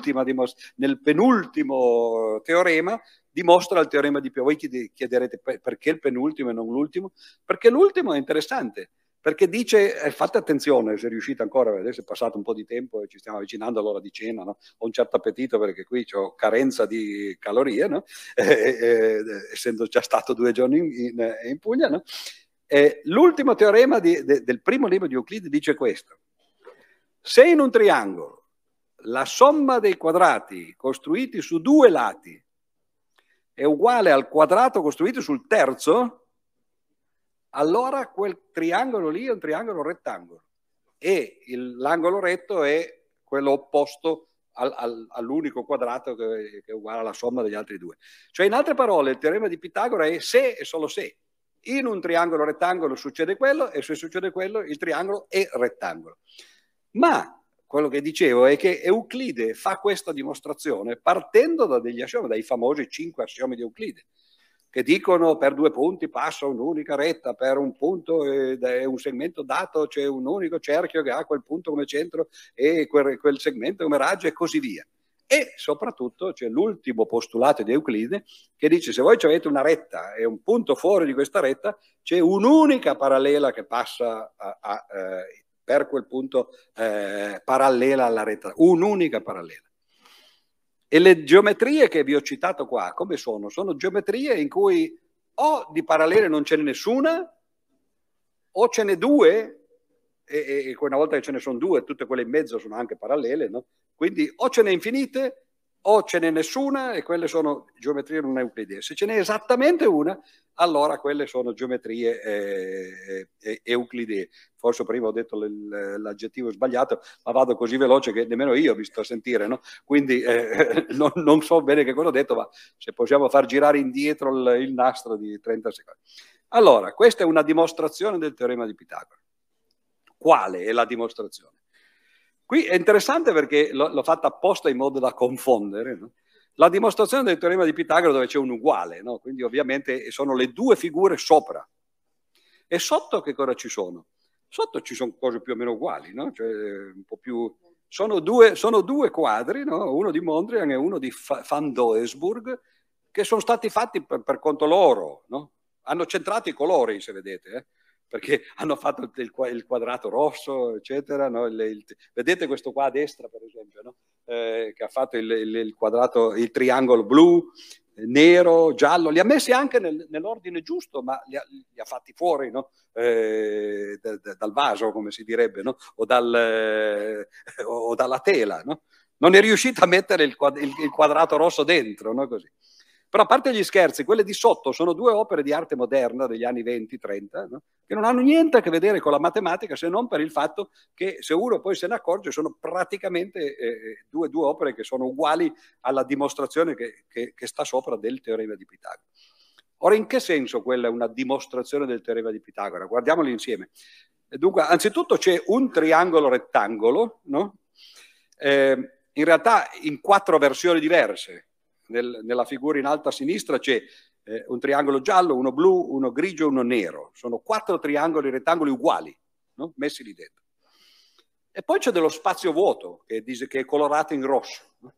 penultimo teorema, dimostra il teorema di Pitagora. Voi chiederete perché il penultimo e non l'ultimo? Perché l'ultimo è interessante. Perché dice, fate attenzione se riuscite ancora, adesso è passato un po' di tempo e ci stiamo avvicinando all'ora di cena, no? Ho un certo appetito perché qui ho carenza di calorie, no? Essendo già stato 2 giorni in Puglia, no? L'ultimo teorema del primo libro di Euclide dice questo: se in un triangolo la somma dei quadrati costruiti su 2 lati è uguale al quadrato costruito sul terzo, allora quel triangolo lì è un triangolo rettangolo e l'angolo retto è quello opposto all'unico quadrato che è uguale alla somma degli altri 2. Cioè, in altre parole, il teorema di Pitagora è se e solo se. In un triangolo rettangolo succede quello e se succede quello il triangolo è rettangolo. Ma quello che dicevo è che Euclide fa questa dimostrazione partendo da degli assiomi, dai famosi 5 assiomi di Euclide, che dicono per 2 punti passa un'unica retta, per un punto è un segmento dato, c'è un unico cerchio che ha quel punto come centro e quel segmento come raggio e così via. E soprattutto c'è l'ultimo postulato di Euclide che dice: se voi avete una retta e un punto fuori di questa retta, c'è un'unica parallela che passa per quel punto parallela alla retta, un'unica parallela. E le geometrie che vi ho citato qua, come sono? Sono geometrie in cui o di parallele non ce n'è nessuna, o ce n'è 2, e una volta che ce ne sono 2, tutte quelle in mezzo sono anche parallele, no? Quindi o ce n'è infinite, o ce n'è nessuna, e quelle sono geometrie non euclidee. Se ce n'è esattamente una, allora quelle sono geometrie euclidee. Forse prima ho detto l'aggettivo sbagliato, ma vado così veloce che nemmeno io mi sto a sentire, no? Quindi non so bene che cosa ho detto, ma se possiamo far girare indietro il nastro di 30 secondi. Allora, questa è una dimostrazione del teorema di Pitagora. Quale è la dimostrazione? Qui è interessante perché l'ho fatta apposta in modo da confondere, no? La dimostrazione del teorema di Pitagora dove c'è un uguale, no? Quindi ovviamente sono le 2 figure sopra. E sotto che cosa ci sono? Sotto ci sono cose più o meno uguali, no? Cioè, un po' più... sono due quadri, no? Uno di Mondrian e uno di Van Doesburg, che sono stati fatti per conto loro, no? Hanno centrato i colori, se vedete, perché hanno fatto il quadrato rosso, eccetera. No? Vedete questo qua a destra, per esempio, no? Che ha fatto il quadrato, il triangolo blu, nero, giallo, li ha messi anche nell'ordine giusto, ma li ha fatti fuori, no? Dal vaso, come si direbbe, no? o dalla tela. No? Non è riuscito a mettere il quadrato rosso dentro, no? Così. Però a parte gli scherzi, quelle di sotto sono due opere di arte moderna degli anni 20-30, no? Che non hanno niente a che vedere con la matematica, se non per il fatto che, se uno poi se ne accorge, sono praticamente due opere che sono uguali alla dimostrazione che sta sopra del teorema di Pitagora. Ora, in che senso quella è una dimostrazione del teorema di Pitagora? Guardiamoli insieme. Dunque, anzitutto c'è un triangolo rettangolo, no? In realtà in 4 versioni diverse. Nella figura in alto a sinistra c'è un triangolo giallo, uno blu, uno grigio e uno nero. Sono 4 triangoli rettangoli uguali, no? Messi lì dentro. E poi c'è dello spazio vuoto che è colorato in rosso. No?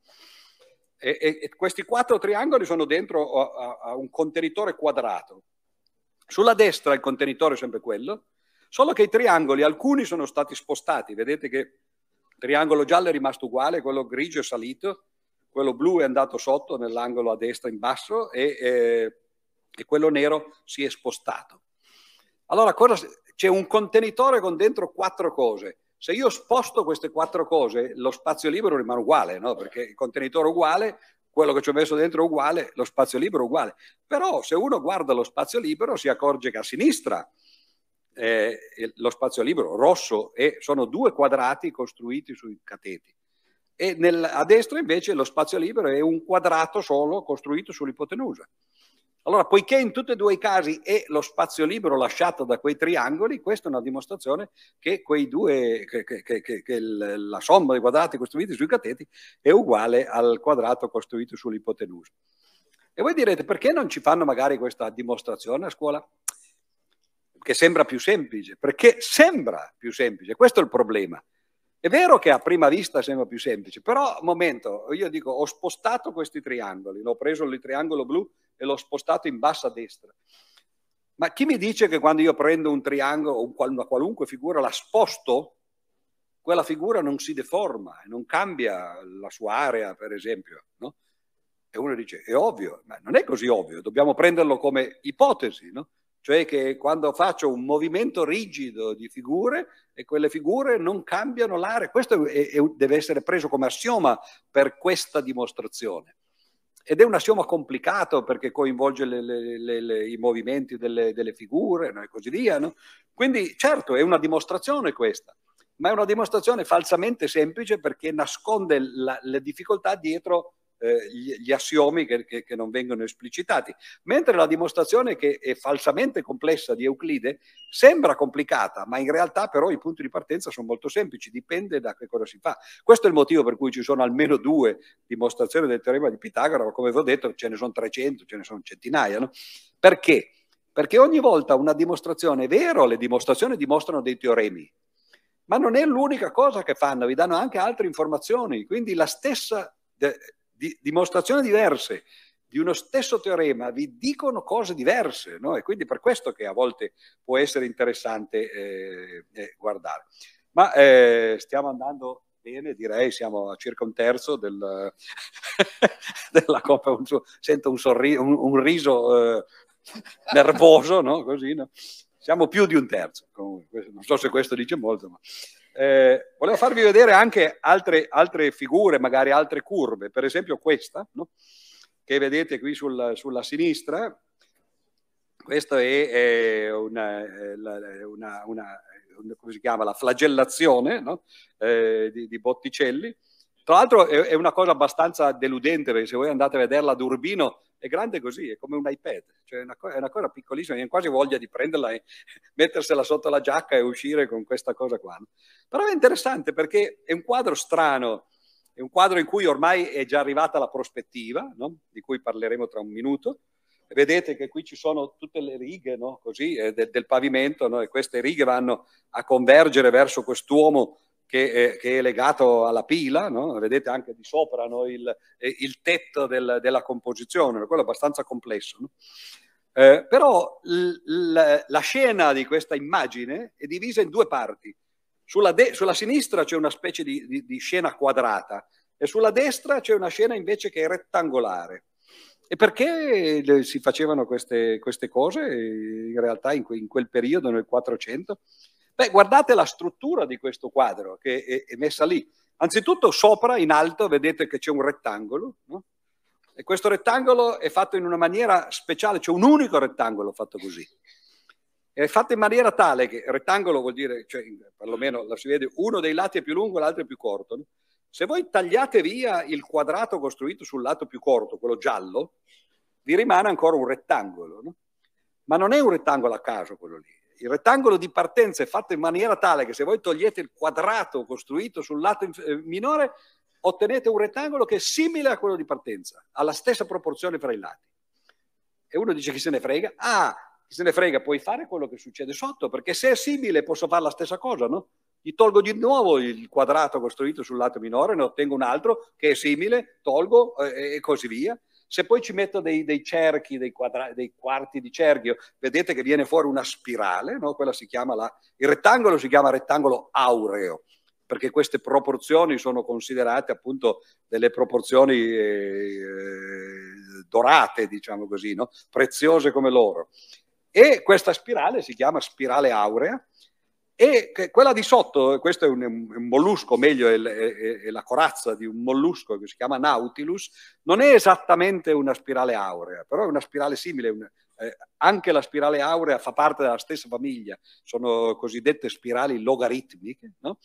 E questi 4 triangoli sono dentro a un contenitore quadrato. Sulla destra il contenitore è sempre quello, solo che i triangoli, alcuni sono stati spostati. Vedete che il triangolo giallo è rimasto uguale, quello grigio è salito, quello blu è andato sotto nell'angolo a destra in basso e quello nero si è spostato. Allora c'è un contenitore con dentro 4 cose. Se io sposto queste 4 cose, lo spazio libero rimane uguale, no? Perché il contenitore è uguale, quello che ci ho messo dentro è uguale, lo spazio libero è uguale. Però se uno guarda lo spazio libero si accorge che a sinistra lo spazio libero rosso sono 2 quadrati costruiti sui cateti. E a destra invece lo spazio libero è un quadrato solo costruito sull'ipotenusa. Allora, poiché in tutti e 2 i casi è lo spazio libero lasciato da quei triangoli, questa è una dimostrazione che la somma dei quadrati costruiti sui cateti è uguale al quadrato costruito sull'ipotenusa. E voi direte, perché non ci fanno magari questa dimostrazione a scuola? Che sembra più semplice, perché sembra più semplice, questo è il problema. È vero che a prima vista sembra più semplice, però, momento, io dico, ho spostato questi triangoli, l'ho preso il triangolo blu e l'ho spostato in basso a destra. Ma chi mi dice che quando io prendo un triangolo o una qualunque figura la sposto, quella figura non si deforma e non cambia la sua area, per esempio, no? E uno dice, è ovvio, ma non è così ovvio, dobbiamo prenderlo come ipotesi, no? Cioè che quando faccio un movimento rigido di figure e quelle figure non cambiano l'area, questo deve essere preso come assioma per questa dimostrazione. Ed è un assioma complicato perché coinvolge i movimenti delle figure, no? E così via. No? Quindi certo è una dimostrazione questa, ma è una dimostrazione falsamente semplice perché nasconde le difficoltà dietro gli assiomi che non vengono esplicitati, mentre la dimostrazione che è falsamente complessa di Euclide sembra complicata, ma in realtà però i punti di partenza sono molto semplici, dipende da che cosa si fa. Questo è il motivo per cui ci sono almeno 2 dimostrazioni del teorema di Pitagora, ma come vi ho detto ce ne sono 300, ce ne sono centinaia, no? Perché? Perché ogni volta una dimostrazione, è vero, le dimostrazioni dimostrano dei teoremi, ma non è l'unica cosa che fanno, vi danno anche altre informazioni, quindi la stessa dimostrazioni diverse di uno stesso teorema vi dicono cose diverse, no? E quindi per questo che a volte può essere interessante guardare. Ma stiamo andando bene, direi, siamo a circa un terzo della coppa, sento un riso nervoso, no? Così, no? Siamo più di un terzo, comunque, non so se questo dice molto, ma... volevo farvi vedere anche altre figure, magari altre curve, per esempio questa, no? Che vedete qui sulla sinistra. Questa è come si chiama? La flagellazione, no? Di Botticelli. Tra l'altro è una cosa abbastanza deludente, perché se voi andate a vederla ad Urbino è grande così, è come un iPad, cioè è una cosa piccolissima, viene quasi voglia di prenderla e mettersela sotto la giacca e uscire con questa cosa qua. No? Però è interessante perché è un quadro strano, è un quadro in cui ormai è già arrivata la prospettiva, no? Di cui parleremo tra un minuto. E vedete che qui ci sono tutte le righe, no? Così, del pavimento, no? E queste righe vanno a convergere verso quest'uomo che è legato alla pila, no? Vedete anche di sopra, no? il tetto della composizione, quello è abbastanza complesso. No? Però la scena di questa immagine è divisa in due parti. Sulla sinistra c'è una specie di scena quadrata e sulla destra c'è una scena invece che è rettangolare. E perché si facevano queste cose in realtà in quel periodo, nel 400? Beh, guardate la struttura di questo quadro che è messa lì. Anzitutto sopra, in alto, vedete che c'è un rettangolo, no? E questo rettangolo è fatto in una maniera speciale, c'è un unico rettangolo fatto così. È fatto in maniera tale che rettangolo vuol dire, cioè, perlomeno la si vede, uno dei lati è più lungo e l'altro è più corto, no? Se voi tagliate via il quadrato costruito sul lato più corto, quello giallo, vi rimane ancora un rettangolo, no? Ma non è un rettangolo a caso quello lì. Il rettangolo di partenza è fatto in maniera tale che se voi togliete il quadrato costruito sul lato minore, ottenete un rettangolo che è simile a quello di partenza, ha la stessa proporzione fra i lati. E uno dice: chi se ne frega? Ah, chi se ne frega, puoi fare quello che succede sotto, perché se è simile posso fare la stessa cosa, no? Gli tolgo di nuovo il quadrato costruito sul lato minore, ne ottengo un altro che è simile, tolgo e così via. Se poi ci metto dei cerchi, dei quarti di cerchio, vedete che viene fuori una spirale, no? Quella si chiama il rettangolo si chiama rettangolo aureo, perché queste proporzioni sono considerate appunto delle proporzioni dorate, diciamo così, no? Preziose come l'oro. E questa spirale si chiama spirale aurea, e quella di sotto, questo è un mollusco, meglio è la corazza di un mollusco che si chiama Nautilus, non è esattamente una spirale aurea, però è una spirale simile. Anche la spirale aurea fa parte della stessa famiglia, sono cosiddette spirali logaritmiche, no?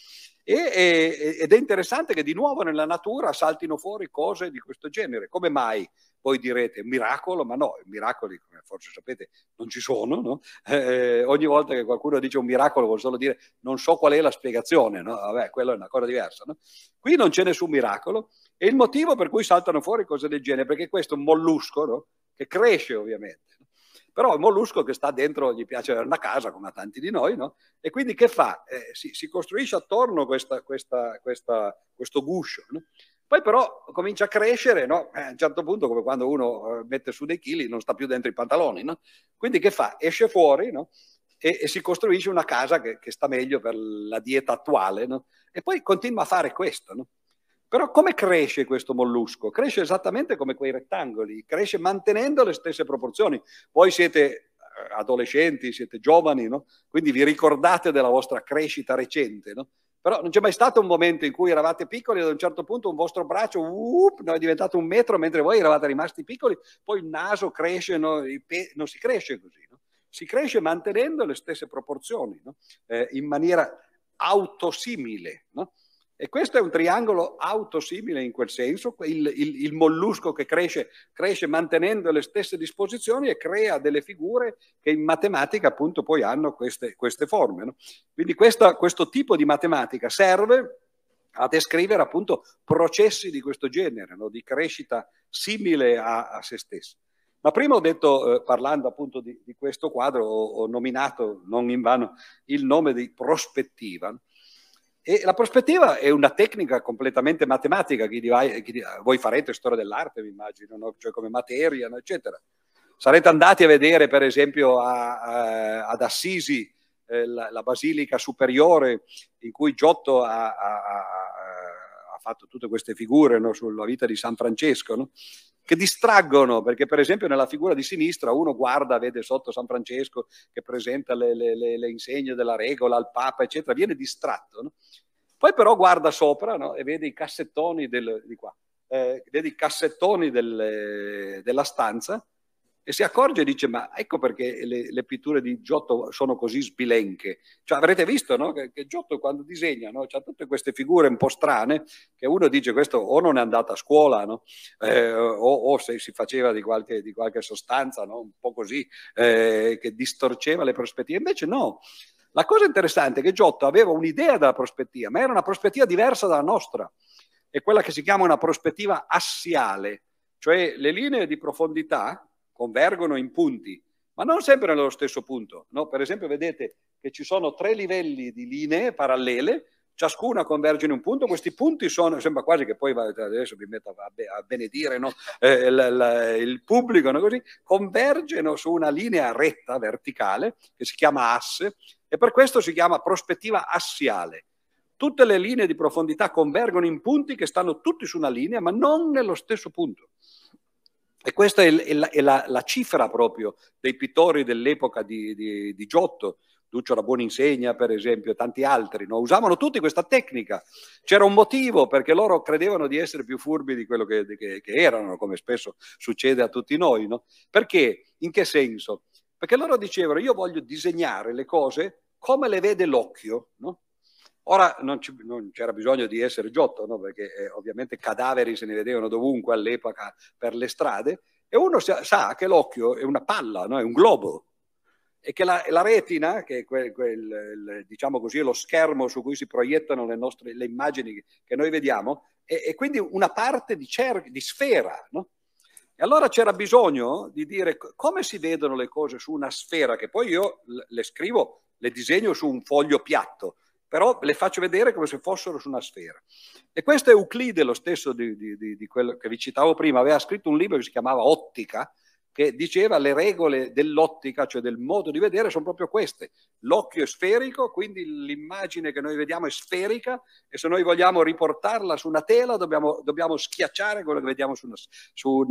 Ed è interessante che di nuovo nella natura saltino fuori cose di questo genere. Come mai? Voi direte, miracolo? Ma no, miracoli, come forse sapete, non ci sono, no? Ogni volta che qualcuno dice un miracolo vuol solo dire non so qual è la spiegazione, no? Vabbè, quello è una cosa diversa, no? Qui non c'è nessun miracolo, e il motivo per cui saltano fuori cose del genere, perché questo è un mollusco, no? Che cresce ovviamente, no? Però è un mollusco che sta dentro, gli piace avere una casa come a tanti di noi, no? E quindi che fa? Si costruisce attorno questo guscio, no? Poi però comincia a crescere, no? A un certo punto, come quando uno mette su dei chili, non sta più dentro i pantaloni, no? Quindi che fa? Esce fuori, no? E si costruisce una casa che sta meglio per la dieta attuale, no? E poi continua a fare questo, no? Però come cresce questo mollusco? Cresce esattamente come quei rettangoli, cresce mantenendo le stesse proporzioni. Voi siete adolescenti, siete giovani, no? Quindi vi ricordate della vostra crescita recente, no? Però non c'è mai stato un momento in cui eravate piccoli e ad un certo punto un vostro braccio è diventato 1 metro mentre voi eravate rimasti piccoli, poi il naso cresce, no? Non si cresce così, no? Si cresce mantenendo le stesse proporzioni, no? In maniera autosimile, no? E questo è un triangolo autosimile in quel senso, il mollusco che cresce mantenendo le stesse disposizioni e crea delle figure che in matematica appunto poi hanno queste forme, no? Quindi questo tipo di matematica serve a descrivere appunto processi di questo genere, no? Di crescita simile a se stessa. Ma prima ho detto, parlando appunto di questo quadro, ho nominato non invano il nome di prospettiva. E la prospettiva è una tecnica completamente matematica, voi farete storia dell'arte, mi immagino, no? Cioè come materia, no? Eccetera. Sarete andati a vedere, per esempio, ad Assisi, la Basilica Superiore, in cui Giotto ha fatto tutte queste figure, no? Sulla vita di San Francesco, no? Che distraggono, perché per esempio nella figura di sinistra uno guarda, vede sotto San Francesco che presenta le insegne della regola al Papa, eccetera, viene distratto, no? Poi però guarda sopra, no? E vede i cassettoni vede i cassettoni della stanza e si accorge e dice: ma ecco perché le pitture di Giotto sono così sbilenche. Cioè avrete visto, no? Che Giotto quando disegna, no? C'ha tutte queste figure un po' strane che uno dice questo o non è andato a scuola, no? O se si faceva di qualche sostanza, no? Un po' così, che distorceva le prospettive. Invece no. La cosa interessante è che Giotto aveva un'idea della prospettiva, ma era una prospettiva diversa dalla nostra. È quella che si chiama una prospettiva assiale, cioè le linee di profondità convergono in punti, ma non sempre nello stesso punto, no? Per esempio vedete che ci sono 3 livelli di linee parallele, ciascuna converge in un punto, questi punti sono, sembra quasi che poi adesso mi metto a benedire, no? Il pubblico, no? Così, convergono su una linea retta verticale che si chiama asse e per questo si chiama prospettiva assiale. Tutte le linee di profondità convergono in punti che stanno tutti su una linea ma non nello stesso punto. E questa è la cifra proprio dei pittori dell'epoca di Giotto, Duccio da Buoninsegna per esempio, e tanti altri, no? Usavano tutti questa tecnica. C'era un motivo perché loro credevano di essere più furbi di quello che erano, come spesso succede a tutti noi, no? Perché? In che senso? Perché loro dicevano io voglio disegnare le cose come le vede l'occhio, no? Ora non c'era bisogno di essere Giotto, no? Perché ovviamente cadaveri se ne vedevano dovunque all'epoca per le strade, e uno sa che l'occhio è una palla, no? È un globo, e che la retina, che è diciamo così, lo schermo su cui si proiettano le immagini che noi vediamo, è quindi una parte di sfera, no? E allora c'era bisogno di dire come si vedono le cose su una sfera, che poi io le scrivo, le disegno su un foglio piatto, però le faccio vedere come se fossero su una sfera. E questo è Euclide, lo stesso di quello che vi citavo prima, aveva scritto un libro che si chiamava Ottica, che diceva le regole dell'ottica, cioè del modo di vedere, sono proprio queste. L'occhio è sferico, quindi l'immagine che noi vediamo è sferica, e se noi vogliamo riportarla su una tela dobbiamo schiacciare quello che vediamo su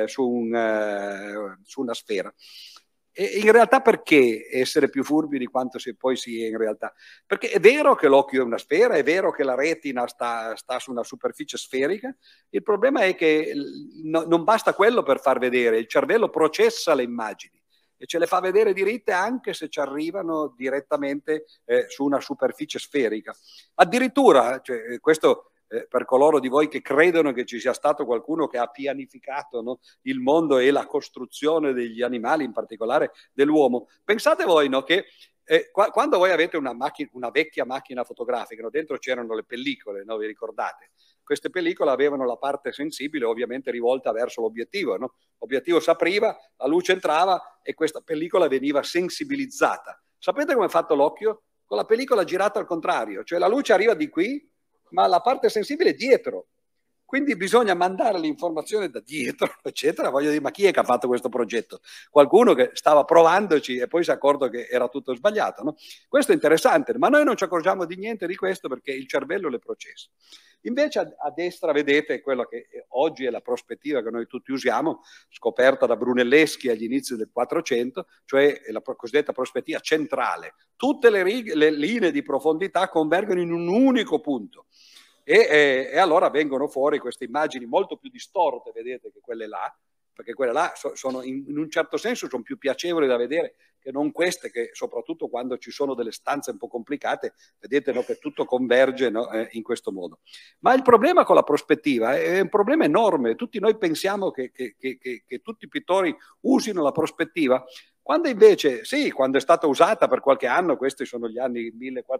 una sfera. E in realtà perché essere più furbi di quanto poi si è in realtà? Perché è vero che l'occhio è una sfera, è vero che la retina sta su una superficie sferica, il problema è che non basta quello per far vedere, il cervello processa le immagini e ce le fa vedere diritte anche se ci arrivano direttamente su una superficie sferica. Addirittura, cioè, questo... per coloro di voi che credono che ci sia stato qualcuno che ha pianificato, no, il mondo e la costruzione degli animali, in particolare dell'uomo. Pensate voi, no, che quando voi avete una vecchia macchina fotografica, no, dentro c'erano le pellicole, no, vi ricordate? Queste pellicole avevano la parte sensibile ovviamente rivolta verso l'obiettivo, no? L'obiettivo si apriva, la luce entrava e questa pellicola veniva sensibilizzata. Sapete come è fatto l'occhio? Con la pellicola girata al contrario, cioè la luce arriva di qui, ma la parte sensibile è dietro, quindi bisogna mandare l'informazione da dietro, eccetera. Voglio dire, ma chi è che ha fatto questo progetto? Qualcuno che stava provandoci e poi si è accorto che era tutto sbagliato, no? Questo è interessante, ma noi non ci accorgiamo di niente di questo perché il cervello le processa. Invece a destra vedete quello che oggi è la prospettiva che noi tutti usiamo, scoperta da Brunelleschi agli inizi del 400, cioè la cosiddetta prospettiva centrale. Tutte le linee di profondità convergono in un unico punto. E allora vengono fuori queste immagini molto più distorte, vedete, che quelle là, perché quelle là sono in un certo senso sono più piacevoli da vedere che non queste, che soprattutto quando ci sono delle stanze un po' complicate, vedete, no, che tutto converge, no, in questo modo. Ma il problema con la prospettiva è un problema enorme. Tutti noi pensiamo che tutti i pittori usino la prospettiva, quando invece, sì, quando è stata usata per qualche anno, questi sono gli anni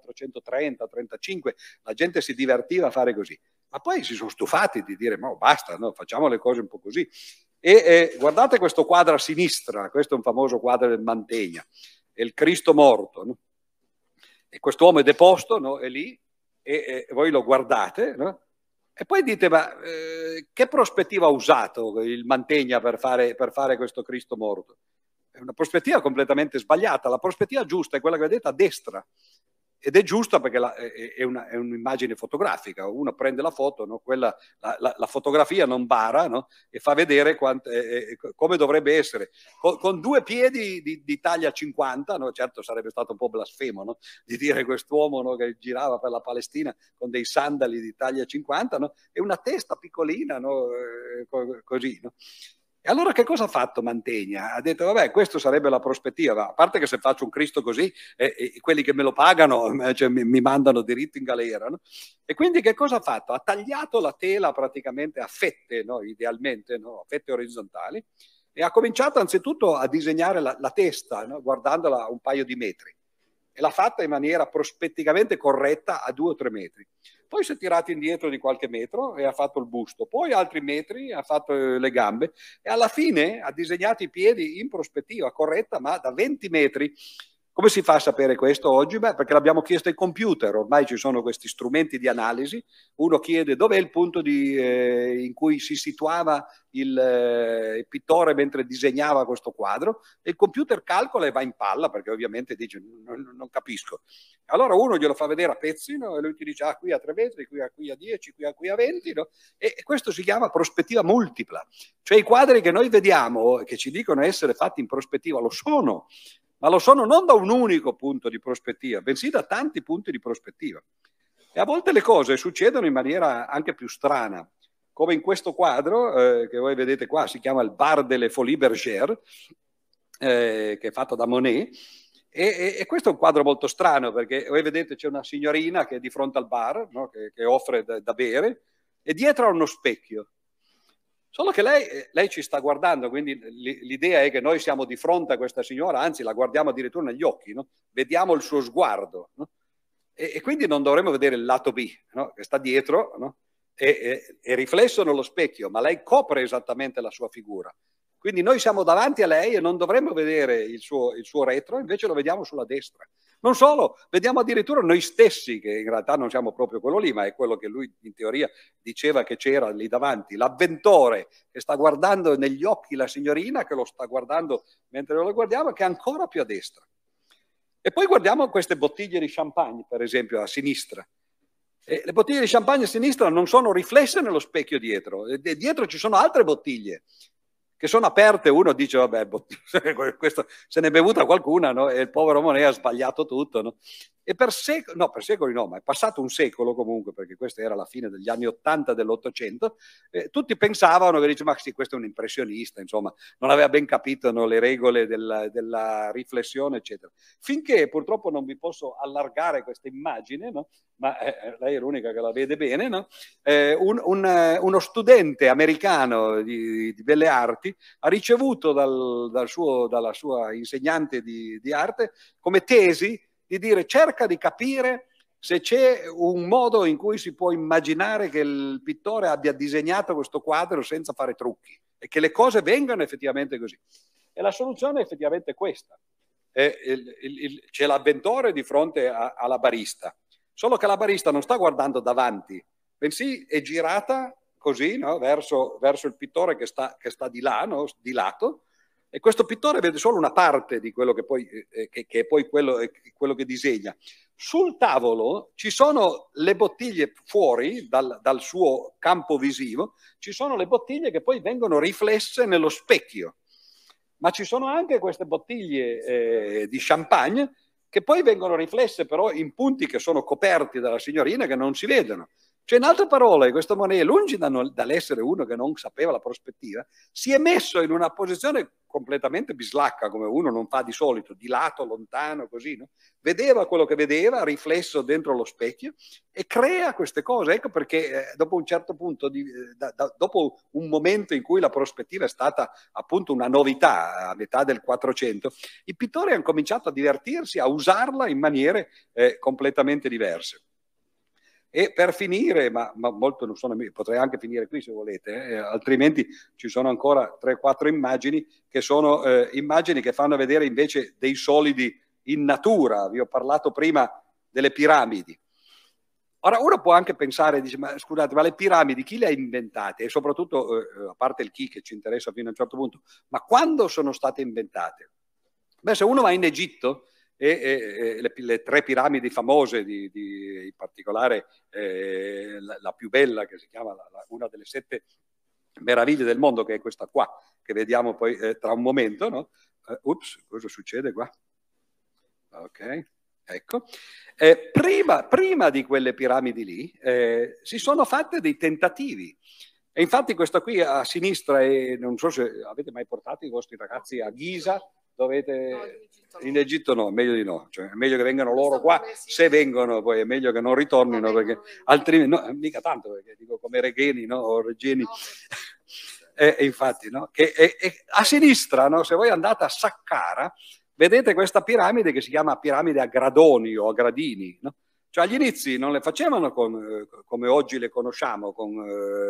1430-35, la gente si divertiva a fare così. Ma poi si sono stufati di dire, ma basta, no, facciamo le cose un po' così. E guardate questo quadro a sinistra, questo è un famoso quadro del Mantegna, è il Cristo morto, no? E quest'uomo è deposto, no? È lì, e voi lo guardate, no? E poi dite, ma che prospettiva ha usato il Mantegna per fare questo Cristo morto? È una prospettiva completamente sbagliata. La prospettiva giusta è quella che vedete a destra, ed è giusta perché è un'immagine fotografica. Uno prende la foto, no? La fotografia non bara, no? E fa vedere come dovrebbe essere. Con due piedi di taglia 50, no? Certo sarebbe stato un po' blasfemo, no? Di dire quest'uomo, no, che girava per la Palestina con dei sandali di taglia 50, no? E una testa piccolina, no? Così, no? E allora che cosa ha fatto Mantegna? Ha detto, vabbè, questo sarebbe la prospettiva, a parte che se faccio un Cristo così, quelli che me lo pagano, cioè, mi mandano diritto in galera, no? E quindi che cosa ha fatto? Ha tagliato la tela praticamente a fette, no? Idealmente, no? A fette orizzontali, e ha cominciato anzitutto a disegnare la testa, no? Guardandola a un paio di metri. E l'ha fatta in maniera prospetticamente corretta a 2 o 3 metri. Poi si è tirato indietro di qualche metro e ha fatto il busto, poi altri metri, ha fatto le gambe e alla fine ha disegnato i piedi in prospettiva corretta, ma da 20 metri, Come si fa a sapere questo oggi? Beh, perché l'abbiamo chiesto ai computer, ormai ci sono questi strumenti di analisi, uno chiede dov'è il punto in cui si situava il pittore mentre disegnava questo quadro, e il computer calcola e va in palla, perché ovviamente dice non capisco. Allora uno glielo fa vedere a pezzi, no? E lui ti dice qui a 3 metri, qui a 10, qui a 20, no? E questo si chiama prospettiva multipla. Cioè i quadri che noi vediamo, che ci dicono essere fatti in prospettiva, lo sono, ma lo sono non da un unico punto di prospettiva, bensì da tanti punti di prospettiva. E a volte le cose succedono in maniera anche più strana, come in questo quadro che voi vedete qua, si chiama il Bar de les Folies Bergère, che è fatto da Monet, e questo è un quadro molto strano, perché voi vedete c'è una signorina che è di fronte al bar, no? che offre da bere, e dietro ha uno specchio. Solo che lei ci sta guardando, quindi l'idea è che noi siamo di fronte a questa signora, anzi la guardiamo addirittura negli occhi, no? Vediamo il suo sguardo, no? E quindi non dovremmo vedere il lato B, no? Che sta dietro, no? È riflesso nello specchio, ma lei copre esattamente la sua figura. Quindi noi siamo davanti a lei e non dovremmo vedere il suo retro, invece lo vediamo sulla destra. Non solo, vediamo addirittura noi stessi, che in realtà non siamo proprio quello lì, ma è quello che lui in teoria diceva che c'era lì davanti. L'avventore che sta guardando negli occhi la signorina, che lo sta guardando mentre lo guardiamo, che è ancora più a destra. E poi guardiamo queste bottiglie di champagne, per esempio, a sinistra. E le bottiglie di champagne a sinistra non sono riflesse nello specchio dietro. E dietro ci sono altre bottiglie che sono aperte, uno dice vabbè, questo, se ne è bevuta qualcuna, no? E il povero Monet ha sbagliato tutto, no? E per secoli no, ma è passato un secolo comunque, perché questa era la fine degli anni 80 dell'Ottocento, tutti pensavano che dice, ma sì, questo è un impressionista, insomma, non aveva ben capito, no, le regole della riflessione, eccetera. Finché purtroppo non vi posso allargare questa immagine, no? Ma lei è l'unica che la vede bene, no? Uno studente americano di belle arti ha ricevuto dalla sua insegnante di arte come tesi di dire cerca di capire se c'è un modo in cui si può immaginare che il pittore abbia disegnato questo quadro senza fare trucchi e che le cose vengano effettivamente così. E la soluzione è effettivamente questa. C'è l'avventore di fronte alla barista, solo che la barista non sta guardando davanti, bensì è girata così, no? verso il pittore che sta di là, no? Di lato, e questo pittore vede solo una parte di quello che poi che è poi quello che disegna. Sul tavolo ci sono le bottiglie fuori dal suo campo visivo, ci sono le bottiglie che poi vengono riflesse nello specchio, ma ci sono anche queste bottiglie di champagne che poi vengono riflesse però in punti che sono coperti dalla signorina, che non si vedono. Cioè, in altre parole, questo Monet, lungi dall'essere uno che non sapeva la prospettiva, si è messo in una posizione completamente bislacca, come uno non fa di solito, di lato, lontano, così, no? Vedeva quello che vedeva, riflesso dentro lo specchio, e crea queste cose. Ecco perché dopo un certo punto, dopo un momento in cui la prospettiva è stata appunto una novità, a metà del 400, i pittori hanno cominciato a divertirsi, a usarla in maniere completamente diverse. E per finire, ma molto non sono, potrei anche finire qui se volete, altrimenti ci sono ancora 3-4 immagini che sono immagini che fanno vedere invece dei solidi in natura. Vi ho parlato prima delle piramidi. Ora uno può anche pensare, dice, ma scusate, ma le piramidi chi le ha inventate? E soprattutto, a parte il chi che ci interessa fino a un certo punto, ma quando sono state inventate? Beh, se uno va in Egitto, le 3 piramidi famose, in particolare la più bella, che si chiama una delle 7 meraviglie del mondo, che è questa qua, che vediamo poi tra un momento, no? Ups, cosa succede qua? Ok, ecco. Prima di quelle piramidi lì si sono fatte dei tentativi. E infatti questa qui a sinistra, non so se avete mai portato i vostri ragazzi a Giza, in Egitto no, meglio di no, cioè è meglio che vengano loro qua, se vengono poi è meglio che non ritornino, perché altrimenti no, mica tanto, perché dico come Regheni, no? O Regeni, infatti, no? Che a sinistra, no? Se voi andate a Saqqara vedete questa piramide che si chiama piramide a gradoni o a gradini, no? Cioè agli inizi non le facevano come oggi le conosciamo,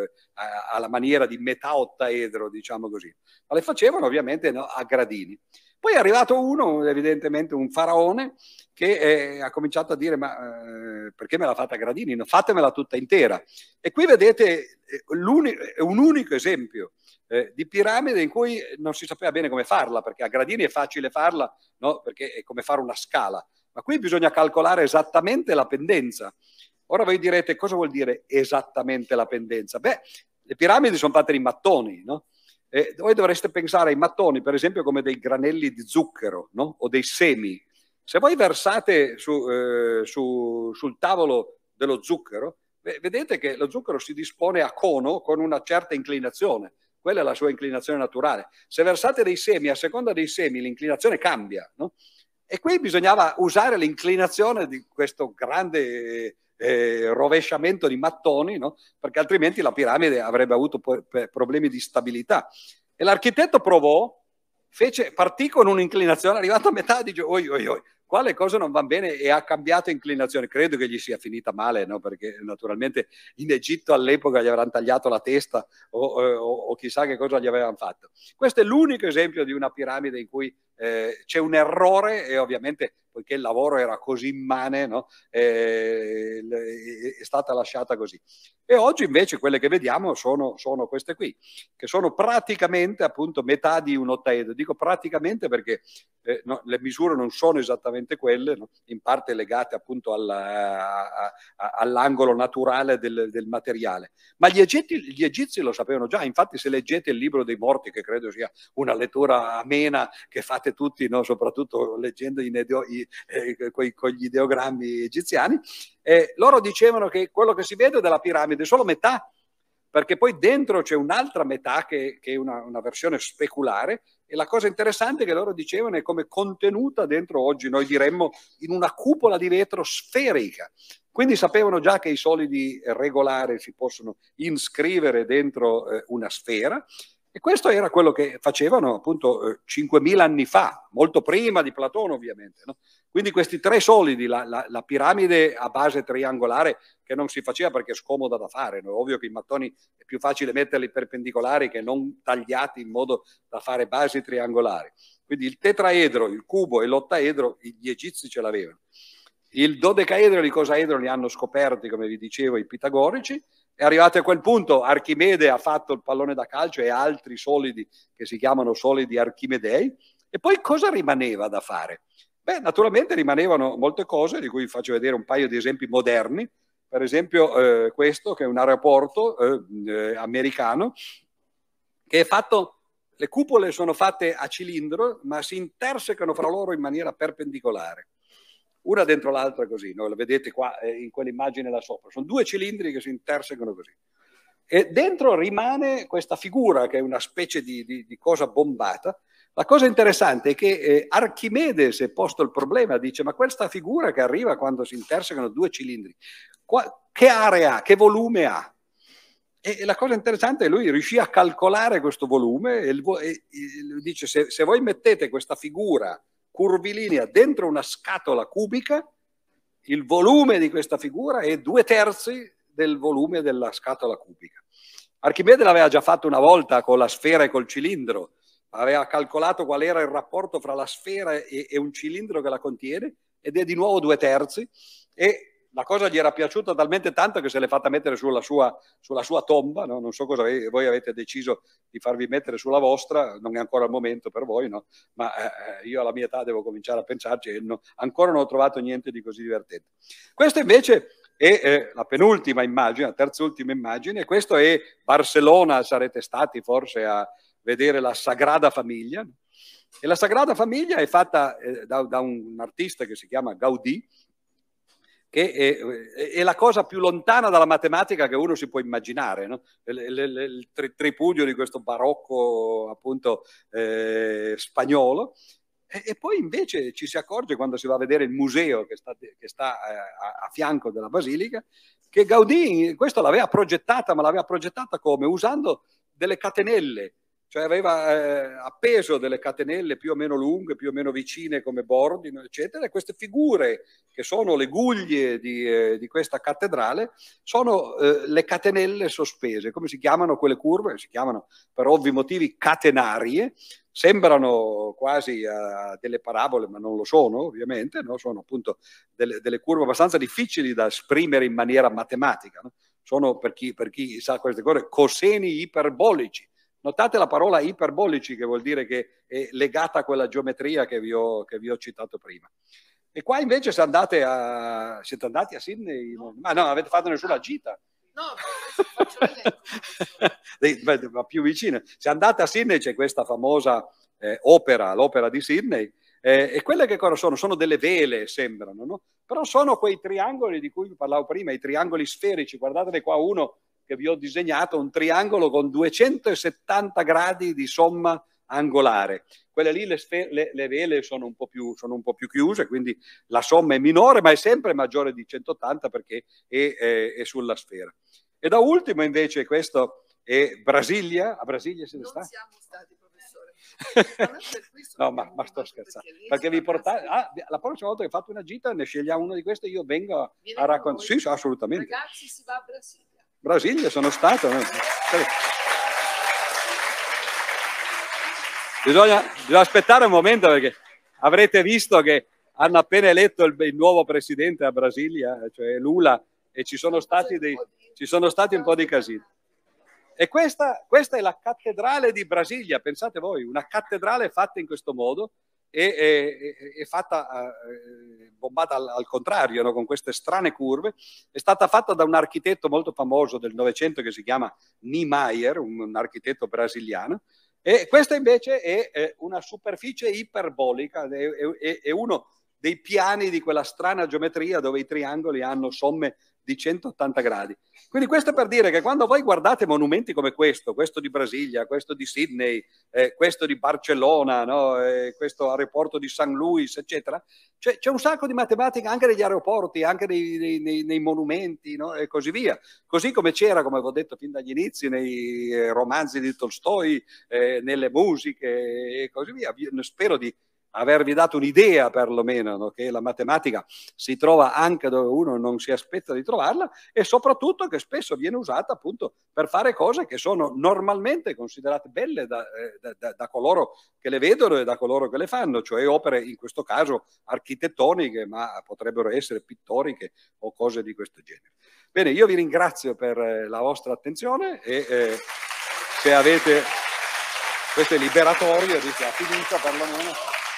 alla maniera di metà ottaedro, diciamo così, ma le facevano ovviamente, no, a gradini. Poi è arrivato uno, evidentemente un faraone, che ha cominciato a dire: ma perché me l'ha fatta a gradini? No, fatemela tutta intera. E qui vedete un unico esempio di piramide in cui non si sapeva bene come farla, perché a gradini è facile farla, no? Perché è come fare una scala, ma qui bisogna calcolare esattamente la pendenza. Ora voi direte: cosa vuol dire esattamente la pendenza? Beh, le piramidi sono fatte di mattoni, no? Voi dovreste pensare ai mattoni, per esempio, come dei granelli di zucchero, no? O dei semi. Se voi versate sul tavolo dello zucchero, vedete che lo zucchero si dispone a cono con una certa inclinazione. Quella è la sua inclinazione naturale. Se versate dei semi, a seconda dei semi, l'inclinazione cambia, no? E qui bisognava usare l'inclinazione di questo grande rovesciamento di mattoni, no? Perché altrimenti la piramide avrebbe avuto problemi di stabilità. E l'architetto provò, partì con un'inclinazione, arrivato a metà, dice: oi, quale cosa non va bene, e ha cambiato inclinazione. Credo che gli sia finita male, no? Perché naturalmente in Egitto all'epoca gli avranno tagliato la testa o chissà che cosa gli avevano fatto. Questo è l'unico esempio di una piramide in cui c'è un errore, e ovviamente, poiché il lavoro era così immane, no? È stata lasciata così. E oggi invece quelle che vediamo sono queste qui, che sono praticamente appunto metà di un ottaedro. Dico praticamente perché no, le misure non sono esattamente quelle, no? In parte legate appunto all'angolo naturale del materiale. Ma gli egizi lo sapevano già. Infatti, se leggete il libro dei morti, che credo sia una lettura amena che fate tutti, no? Soprattutto leggendo con gli ideogrammi egiziani, loro dicevano che quello che si vede della piramide è solo metà, perché poi dentro c'è un'altra metà che è una versione speculare, e la cosa interessante che loro dicevano è come contenuta dentro, oggi noi diremmo, in una cupola di vetro sferica. Quindi sapevano già che i solidi regolari si possono iscrivere dentro una sfera, e questo era quello che facevano appunto 5.000 anni fa, molto prima di Platone ovviamente, no? Quindi questi tre solidi, la piramide a base triangolare, che non si faceva perché è scomoda da fare, no? Ovvio che i mattoni è più facile metterli perpendicolari che non tagliati in modo da fare basi triangolari. Quindi il tetraedro, il cubo e l'ottaedro gli egizi ce l'avevano. Il dodecaedro e l'icosaedro li hanno scoperti, come vi dicevo, i pitagorici. E arrivati a quel punto, Archimede ha fatto il pallone da calcio e altri solidi che si chiamano solidi archimedei. E poi cosa rimaneva da fare? Beh, naturalmente rimanevano molte cose, di cui vi faccio vedere un paio di esempi moderni. Per esempio questo, che è un aeroporto americano, che è fatto, le cupole sono fatte a cilindro, ma si intersecano fra loro in maniera perpendicolare. Una dentro l'altra così, no? Lo vedete qua in quell'immagine là sopra. Sono due cilindri che si intersecano così. E dentro rimane questa figura, che è una specie di cosa bombata. La cosa interessante è che Archimede si è posto il problema, dice: ma questa figura che arriva quando si intersecano due cilindri, che area ha, che volume ha? E la cosa interessante è che lui riuscì a calcolare questo volume e dice: se voi mettete questa figura curvilinea dentro una scatola cubica, il volume di questa figura è 2/3 del volume della scatola cubica. Archimede l'aveva già fatto una volta con la sfera e col cilindro, aveva calcolato qual era il rapporto fra la sfera e un cilindro che la contiene, ed è di nuovo 2/3, e la cosa gli era piaciuta talmente tanto che se l'è fatta mettere sulla sua tomba, no? Non so cosa voi avete deciso di farvi mettere sulla vostra, non è ancora il momento per voi, no? Ma io alla mia età devo cominciare a pensarci, e ancora non ho trovato niente di così divertente. Questo invece è la penultima immagine, la terz'ultima immagine. Questo è Barcellona, sarete stati forse a vedere la Sagrada Famiglia, e la Sagrada Famiglia è fatta da un artista che si chiama Gaudì, che è la cosa più lontana dalla matematica che uno si può immaginare, no? Il tripudio di questo barocco appunto spagnolo. E poi invece ci si accorge, quando si va a vedere il museo che sta a fianco della basilica, che Gaudì questo l'aveva progettata, ma l'aveva progettata come? Usando delle catenelle cioè aveva appeso delle catenelle più o meno lunghe, più o meno vicine come bordi, eccetera, e queste figure che sono le guglie di questa cattedrale sono le catenelle sospese. Come si chiamano quelle curve? Si chiamano per ovvi motivi catenarie, sembrano quasi delle parabole, ma non lo sono ovviamente, no? Sono appunto delle curve abbastanza difficili da esprimere in maniera matematica, no? Sono, per chi sa queste cose, coseni iperbolici. Notate la parola iperbolici, che vuol dire che è legata a quella geometria che vi ho citato prima. E qua invece siete andati a Sydney? Ma no, avete fatto nessuna gita? No, faccio vedere. Ma più vicino. Se andate a Sydney c'è questa famosa opera, l'opera di Sydney, e quelle che cosa sono? Sono delle vele, sembrano, no? Però sono quei triangoli di cui vi parlavo prima, i triangoli sferici. Guardatene qua uno che vi ho disegnato, un triangolo con 270 gradi di somma angolare. Quelle lì, le vele sono un po' più chiuse, quindi la somma è minore, ma è sempre maggiore di 180 perché è sulla sfera. E da ultimo invece questo è Brasilia. A Brasilia siete stati? Non siamo stati, professore. No, ma sto scherzando. Perché vi portate... la prossima volta che fate una gita ne scegliamo uno di questi e io vengo a raccontare. Sì, assolutamente. Ragazzi, si va a Brasilia. Brasilia, sono stato. Bisogna aspettare un momento, perché avrete visto che hanno appena eletto il nuovo presidente a Brasilia, cioè Lula, e ci sono stati un po' di casini. E questa è la cattedrale di Brasilia, pensate voi, una cattedrale fatta in questo modo, è fatta bombata al contrario, no? Con queste strane curve. È stata fatta da un architetto molto famoso del Novecento che si chiama Niemeyer, un architetto brasiliano, e questa invece è una superficie iperbolica, è uno dei piani di quella strana geometria dove i triangoli hanno somme di 180 gradi. Quindi questo è per dire che quando voi guardate monumenti come questo di Brasilia, questo di Sydney, questo di Barcellona, no? Questo aeroporto di San Luis, eccetera, c'è un sacco di matematica anche negli aeroporti, anche nei monumenti, no? E così via. Così come c'era, come avevo detto fin dagli inizi, nei romanzi di Tolstoi, nelle musiche e così via. Io spero di avervi dato un'idea perlomeno, no? Che la matematica si trova anche dove uno non si aspetta di trovarla, e soprattutto che spesso viene usata appunto per fare cose che sono normalmente considerate belle da coloro che le vedono e da coloro che le fanno, cioè opere in questo caso architettoniche, ma potrebbero essere pittoriche o cose di questo genere. Bene, io vi ringrazio per la vostra attenzione e se avete, questo è liberatorio, dice, a fiducia perlomeno.